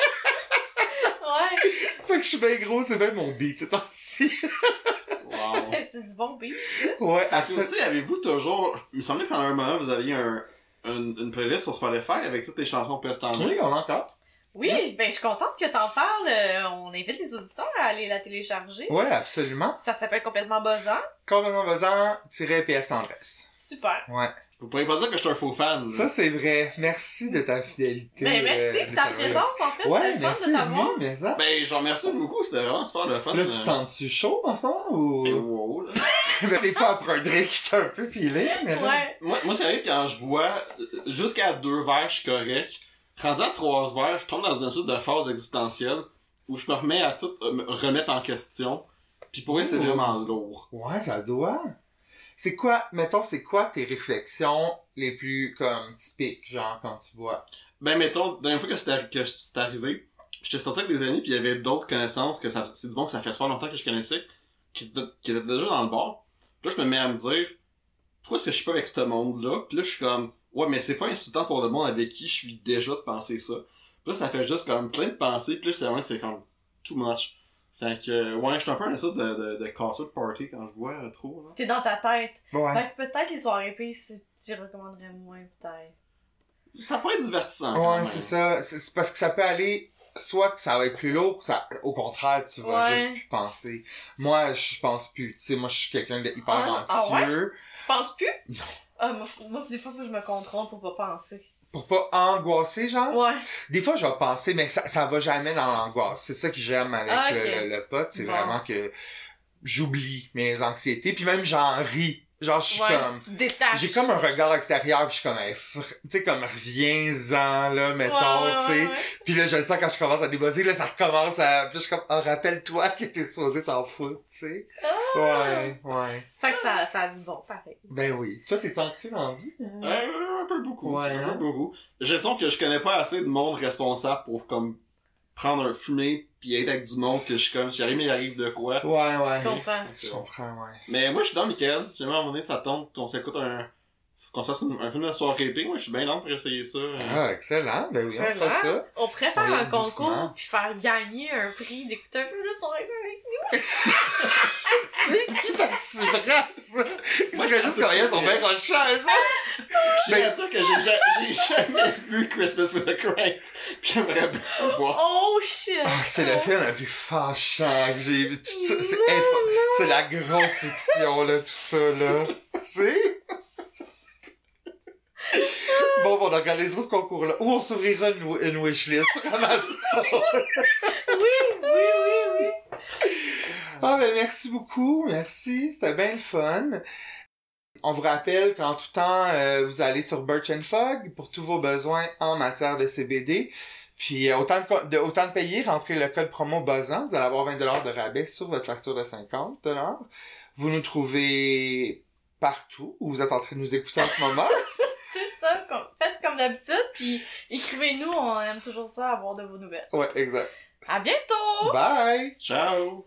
Ouais. Fait que je suis bien gros, c'est bien mon beat, c'est temps-ci. Wow! C'est du bon beat. Ouais, À absolument. curiosité, avez-vous toujours... Il me semblait que pendant un moment, vous aviez un, une, une playlist sur Spotify avec toutes les chansons P S Tendresse. Oui, on a encore. Oui, ben, je suis contente que t'en parles. Euh, on invite les auditeurs à aller la télécharger. Ouais, absolument. Ça s'appelle Complètement Buzzant. Complètement besoin, tirer P S Tendresse. Super. Ouais. Vous pourriez pas dire que je suis un faux fan. là. Ça, c'est vrai. Merci de ta fidélité. Ben, merci euh, de ta ta- présence, en fait. Ouais, c'est le merci fun de t'avoir. lui, mais ça. Ben, je vous remercie beaucoup, c'était vraiment super le fun. Là, euh. tu te sens-tu chaud en ce moment ou... Ben, wow, là. Ben, des fois, après un drink, j'étais un peu filé, mais là... Ouais. Moi, moi c'est vrai que quand je bois, euh, jusqu'à deux verres, je suis correct. Rendu à trois verres, je tombe dans une espèce de phase existentielle où je me remets à tout euh, me remettre en question. Puis pour vrai, c'est Ouh. vraiment lourd. Ouais, ça doit. C'est quoi, mettons, c'est quoi tes réflexions les plus, comme, typiques, genre, quand tu bois? Ben, mettons, la dernière fois que c'est arri- que c'est arrivé, j'étais sorti avec des amis, puis il y avait d'autres connaissances, que ça, c'est du bon que ça fait super longtemps que je connaissais, qui, étaient- qui étaient déjà dans le bar. Puis là, je me mets à me dire, pourquoi est-ce que je suis pas avec ce monde-là? Puis là, je suis comme, ouais, mais c'est pas insultant pour le monde avec qui je suis déjà de penser ça. Puis là, ça fait juste comme plein de pensées, puis là, c'est vraiment, c'est comme, too much. Fait que, ouais, je suis un peu un espèce de, de, de casseux de party quand je bois euh, trop, là. T'es dans ta tête. Ouais. Fait que peut-être les soirées pires, je recommanderais moins, peut-être. Ça pourrait être divertissant. quand Ouais, même. c'est ça. C'est c'est parce que ça peut aller, soit que ça va être plus lourd, ça, au contraire, tu vas Ouais. juste plus penser. Moi, je pense plus. Tu sais, moi, je suis quelqu'un de hyper Ah, ah ouais? anxieux. Tu penses plus? Non. Ah, moi, moi, des fois, faut que je me contrôle pour pas penser. Pour pas angoisser, genre. Ouais. Des fois, je vais penser, mais ça, ça va jamais dans l'angoisse. C'est ça que j'aime avec Ah, ok. le, le, le pot. C'est Bon. vraiment que j'oublie mes anxiétés. Puis même, j'en ris. Genre, je suis Ouais, comme... tu te détaches. J'ai comme un regard extérieur, puis je suis comme, hey, fr- tu sais, comme, reviens-en, là, mettons, Ouais, ouais, tu sais. ouais, ouais. Puis là, je le sens quand je commence à débosser, là, ça recommence à... Puis là, je suis comme, oh, rappelle-toi que t'es supposé t'en foutre, tu sais. Ah! Ouais, ouais. Fait que ça, ça a du bon, pareil. Ben oui. Toi, t'es anxieux dans la vie? Euh, un peu beaucoup. Ouais, un hein? peu beaucoup. J'ai l'impression que je connais pas assez de monde responsable pour, comme, prendre un fumé pis être avec du monde que je suis comme, si j'arrive, mais il arrive de quoi. Ouais, ouais. Si on prend. Je comprends, ouais. Mais moi, je suis dans Mickaël. J'aimerais à un moment donné, ça tombe, qu'on s'écoute un, qu'on se fasse une- un film de soirée épée. Moi, je suis bien lent pour essayer ça. Ah, excellent. Ben oui, on fera Excellent. ça. On pourrait faire On y un va doucement. concours puis faire gagner un prix d'écouter un film de soirée avec C'est qui participerait à ça? Il Moi, serait je juste pense que rien que sont c'est- bien rocheuses, hein? Je tiens à dire que j'ai ja- j'ai jamais vu Christmas with a Cranks. Pis j'aimerais bien ça le voir. Oh shit! Ah, c'est le film le plus fâchant que j'ai vu. Tout ça, c'est Non, info- c'est la grosse fiction, là, tout ça, là. Tu sais? Bon, bon, on organisera ce concours-là. Ou on s'ouvrira une, une wishlist sur Amazon. Oui, oui, oui, oui. Ah, ben, merci beaucoup. Merci. C'était bien le fun. On vous rappelle qu'en tout temps, euh, vous allez sur Birch and Fog pour tous vos besoins en matière de C B D. Puis, euh, autant, de, co- de, autant de payer, rentrez le code promo BUZZAN. Vous allez avoir vingt dollars de rabais sur votre facture de cinquante dollars. Vous nous trouvez partout où vous êtes en train de nous écouter en ce moment. C'est ça. com- Faites comme d'habitude, puis écrivez-nous. On aime toujours ça, avoir de vos nouvelles. Ouais, exact. À bientôt! Bye! Ciao!